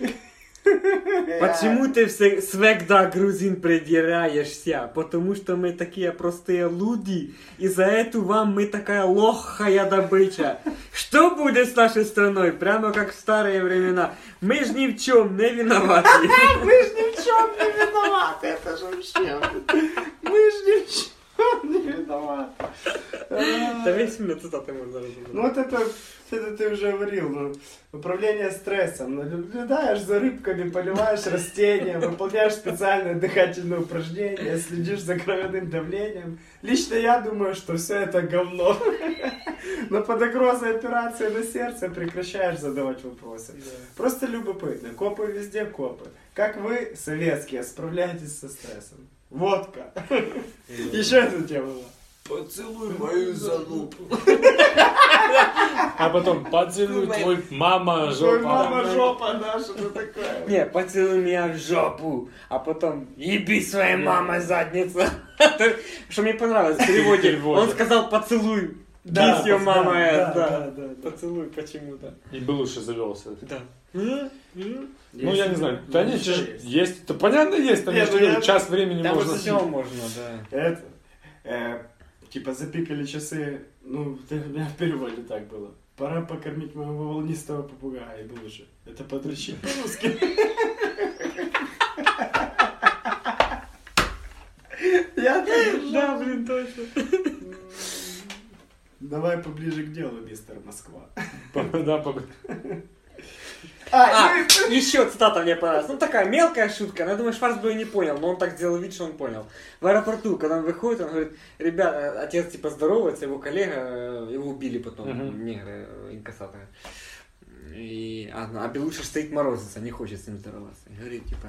Почему ты все- всегда, грузин, придираешься? Потому что мы такие простые люди, и за эту вам мы такая лохая добыча. Что будет с нашей страной? Прямо как в старые времена. Мы ж ни в чем не виноваты. Мы ж ни в чем не виноваты, это же вообще. Мы ж ни в чем не виноваты. Да весь фильм цитаты можно разобрать. Ну вот это, это ты уже говорил, ну, управление стрессом. Наблюдаешь за рыбками, поливаешь растения, выполняешь специальные дыхательные упражнения, следишь за кровяным давлением. Лично я думаю, что все это говно. Но под угрозой операции на сердце прекращаешь задавать вопросы. Просто любопытно. Копы везде копы. Как вы, советские, справляетесь со стрессом? Водка. Еще эта тема была. Поцелуй мою залупу. А потом поцелуй твой мама Ой, жопа. мама жопа, да, что такое? Не, поцелуй меня в жопу, а потом еби своей мамой задницу. Что мне понравилось в переводе. Переводе. Он сказал поцелуй Да, Kiss your да, mama да, ass, да, да. да, да. Поцелуй почему-то. И Белуши завелся. Да. Ну, Есть я не это? знаю. Да Ну, нет, что есть. есть? есть. Да понятно, есть. Там Не, я же ну говорю, я- час времени Там можно. все можно, да. Это, э, типа запикали часы, ну, это у меня в переводе так было. Пора покормить моего волнистого попугая, и было же. Это подрочить по-русски. Я так Да, блин, точно. Давай поближе к делу, мистер Москва. Да, по- А, еще цитата мне понравилась. Ну, такая мелкая шутка, но я думаю, Шварцберг не понял, но он так сделал вид, что он понял. В аэропорту, когда он выходит, он говорит, ребята, отец типа здоровается, его коллега, э, его убили потом, Мгм. негры, э, инкассаторы. И, а, а Белуша стоит морозится, не хочет с ним здороваться. И говорит, типа,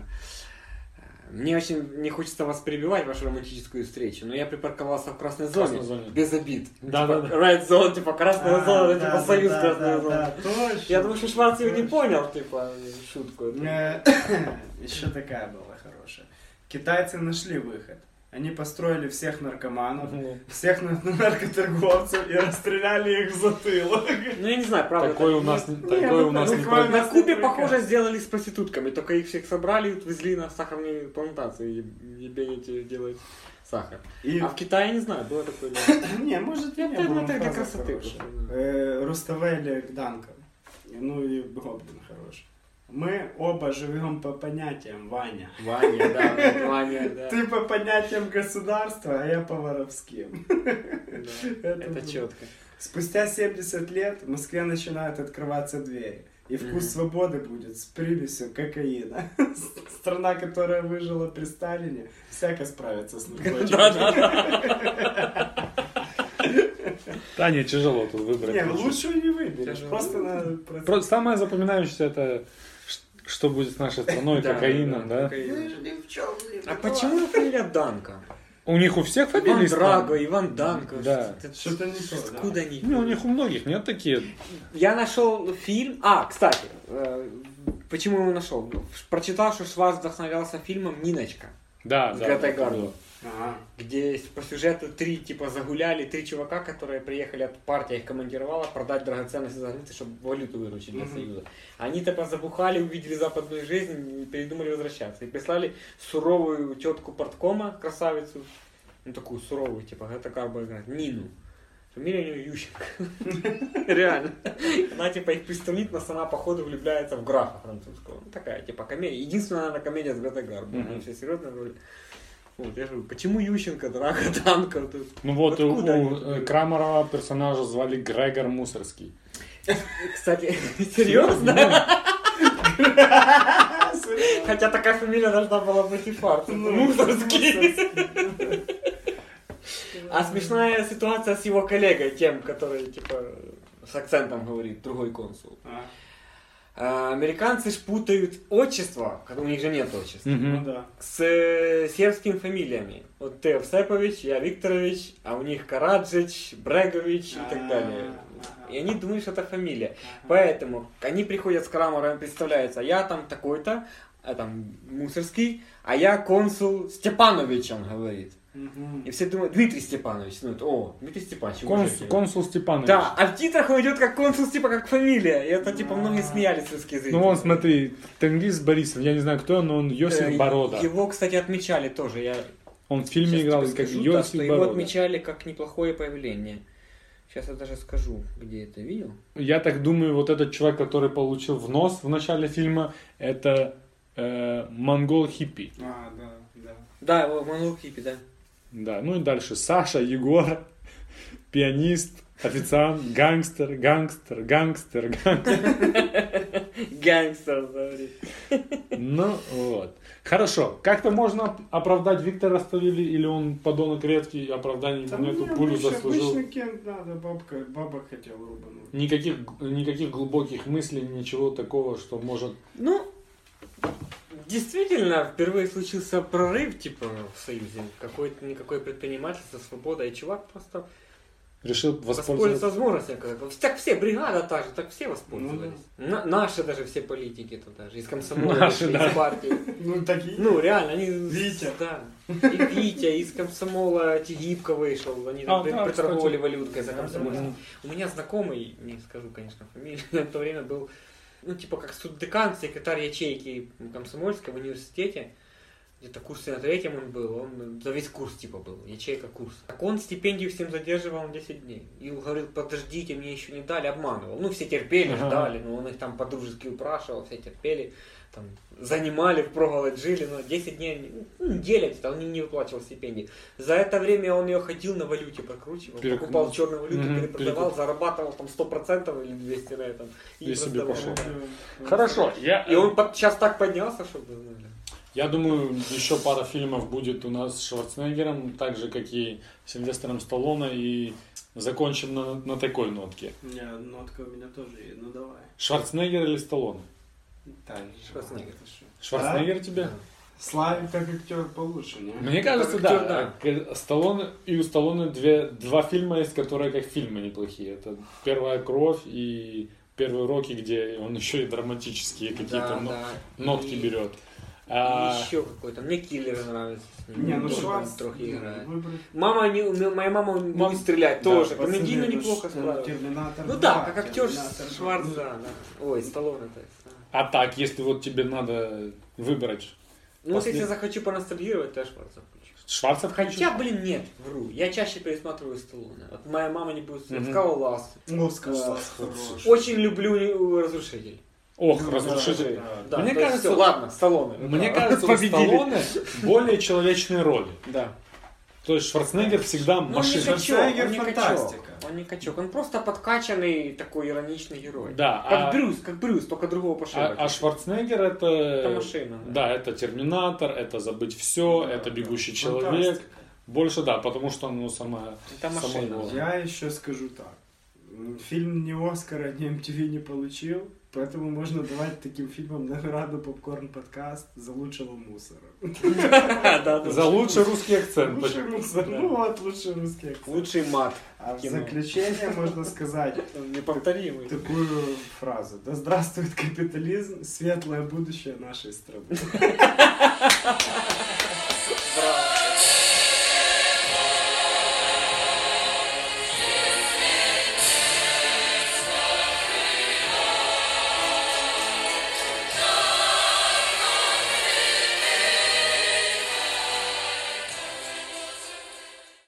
мне очень не хочется вас перебивать, вашу романтическую встречу, но я припарковался в красной зоне, Красной зоне. без обид. Да, типа, да, да. Red zone, типа красная А, зона, да, типа да, союз да, красная да, зона. да, точно. Я думаю, что Шварц его не Точно. понял, типа, шутку. эту. Э, Еще такая была хорошая. Китайцы нашли выход. Они построили всех наркоманов, Мгм. всех нар- наркоторговцев и расстреляли их в затылок. Ну, я не знаю, правда. Такое это- у нас, ну, такое ну, у нас ну, не буквально- пройдет. На Кубе, Только- похоже, сделали с проститутками, только их всех собрали и отвезли на сахарные плантации, и ебените делать сахар. И... А в Китае, не знаю, было такое. Не, может, Я не думаю, было, это для фраза красоты хорошая. просто, Э, Руставели к Данкам. Ну и Гоблин хороший. Мы оба живем по понятиям, Ваня. Ваня, да, Ваня, да. Ты по понятиям государства, а я по воровским. Да, Это Это было. четко. Спустя семьдесят лет в Москве начинают открываться двери. И вкус Мгм. свободы будет с примесью кокаина. Страна, которая выжила при Сталине, всяко справится с наркотиками. Да, да, да. Да, не, тяжело тут выбрать. Не, лучшую не выберешь. Тяжело. Просто надо... Про- Самое запоминающееся это ш- что будет с нашей страной, Да, кокаином, да? кокаин. А почему фамилия Данка? У них у всех Иван фамилии Драго, Иван Данко. Да. Что-то- Что-то не то, да. Откуда они? Ну, у них у многих нет такие. Я нашел фильм. А, кстати, э, почему его нашел? Прочитал, что Шварц вдохновлялся фильмом «Ниночка», Да, С да. Гретой да, Гарбо. да. Ага. где по сюжету три типа загуляли, три чувака, которые приехали, от партия их командировала продать драгоценности за границей, чтобы валюту выручить для Мгм. Союза. Они типа забухали, увидели западную жизнь и передумали возвращаться. И прислали суровую тетку порткома, красавицу, ну такую суровую, типа Грета Гарбо играет, Нину. Фамилия у нее Ющенко. Реально. Она типа их приструнит, но сама походу влюбляется в графа французского. Ну такая типа комедия. Единственная, наверное, комедия с Гретой Гарбо. Мгм. Они все серьезные роли. Вот, я же говорю, почему Ющенко, Драго, Данко? Тут? Ну вот у, Откуда они у, тут э, были? Крамарова персонажа звали Грегор Мусорский. Кстати, серьезно? Хотя такая фамилия должна была быть и фарт. Мусорский. А смешная ситуация с его коллегой, тем, который, типа, с акцентом говорит, другой консул. А, Американцы ж путают отчество, когда у них же нет отчества, Ну да. с э, сербскими фамилиями. Вот ты Евсепович, я Викторович, а у них Караджич, Брегович и так далее. И они думают, что это фамилия. Поэтому они приходят с Крамаром, представляются, я там такой-то, а там Мусорский, а я консул Степанович, он говорит. И все думают, Дмитрий Степанович. Ну, это, о, Дмитрий Степанович. Консул, уважительно. консул Степанович. Да, а в титрах он идет как консул, типа как фамилия. И это типа многие смеялись русские зрители. Ну вон, смотри, Тенгиз Борисов, я не знаю кто, но он Йосиф Э, Борода. Его, кстати, отмечали тоже. Я Он в фильме щас играл тебе как скажу, да, Йосиф что его Борода. отмечали как неплохое появление. Сейчас я даже скажу, где это видел. Я так думаю, вот этот человек, который получил в нос в начале фильма, это э, монгол хиппи. А, да, да. Да, его Манул Хиппи, да. Да, ну и дальше Саша, Егор, пианист, официант, гангстер, гангстер, гангстер, гангстер. Гангстер, говорит. Ну вот. Хорошо. Как-то можно оправдать Виктора Ставили, или он подонок редкий, оправдания Там ему нету, мне пулю обычно- заслужил? Обычный Кент надо, бабка, бабок хотел рубануть. Никаких, никаких глубоких мыслей, ничего такого, что может... Ну, действительно, впервые случился прорыв, типа, в Союзе. Какой-то, никакое предпринимательство, свобода. И чувак просто решил Воспользоваться воспользоваться. возможностью. как- Так все, бригада та же, так все воспользовались. Ну На- наши даже все политики тут даже, из комсомола, Наши, из да. партии. Ну, такие. Ну, реально, они... Витя. Да. И Витя, из комсомола Тигибко вышел, они там А, да, приторговали кстати. валюткой за комсомольцев. У меня знакомый, не скажу, конечно, фамилию, на то время был, ну, типа, как студдекан, секретарь ячейки комсомольской в университете. Где-то курсе на третьем он был, он за весь курс типа был, ячейка курс. Так он стипендию всем задерживал на десять дней. И говорил, подождите, мне еще не дали, обманывал. Ну, все терпели, Ага. ждали, но он их там по-дружески упрашивал, все терпели. Там, занимали, впроголодь жили, но десять дней, ну, неделя где-то, он не, не выплачивал стипендии. За это время он ее ходил на валюте, прокручивал, Перек- покупал черную валюту, Мгм, перепродавал, перекуп- зарабатывал там сто процентов или двести на этом. И себе продавал. пошел. Хорошо, я, И он под- сейчас так поднялся, чтобы вы знали. я думаю, еще пара фильмов будет у нас с Шварценеггером, так же, как и Сильвестром Сталлоне, и закончим на, на такой нотке. Не, нотка у меня тоже есть, ну давай. Шварценеггер или Сталлоне? Так, Шварценеггер. Шварценеггер тебе? Славик как актер получше, не? Мне кажется, Как актер, да. К- Сталлоне, и у Сталлоне две, два фильма есть, которые как фильмы неплохие. Это «Первая кровь» и «Первые уроки», где он еще и драматические какие-то Да, но- да. нотки И- берет. И А, еще какой-то. Мне киллеры нравятся. с ним. Не, ну Тоже Шварц... там трохи играет. выбрать. Мама не, уме- моя мама умеет Мам- стрелять да, тоже. Пацаны, Комедийно ну, неплохо что, справился. Терминатор Ну два, да, как актер Терминатор Шварц, два. да, да. Ой, Сталлоне, то есть. да. а так, если вот тебе надо выбрать Ну, вот После- если захочу поностальгировать, то я Шварца включу. Шварца включишь? Хотя, блин, нет, вру. Я чаще пересматриваю Сталлоне. Вот моя мама не будет Мгм. Скалолаз. Ну, Скалолаз хороший. Очень люблю «Разрушитель». Ох, Ну, разрушитель. да, Да, Мне то есть кажется, всё, ладно, Сталлоне. Мне Да. кажется, у Победили. Сталлоне более человечные роли. Да. То есть Шварценеггер всегда Ну, он не машина. качок, Шварценеггер он не качок. фантастика. Он не качок, он просто подкачанный такой ироничный герой. Да, Как а- Брюс, как Брюс, только другого пошиба. А, а Шварценеггер это... Это машина, да. Да, это Терминатор, это Забыть все, Да, это да. Бегущий Фантастика. человек. Больше, да, потому что ну самое... Это машина. самое- Я еще скажу так. М, Фильм ни Оскара, ни эм ти ви не получил, поэтому можно давать таким фильмам награду Попкорн подкаст за лучшего мусора. За лучший русский акцент. Лучший мусор. Ну вот, лучший русский акцент. Лучший мат. А в кино. заключение можно сказать Неповторимый. такую фразу. Да здравствует капитализм, светлое будущее нашей страны. Браво.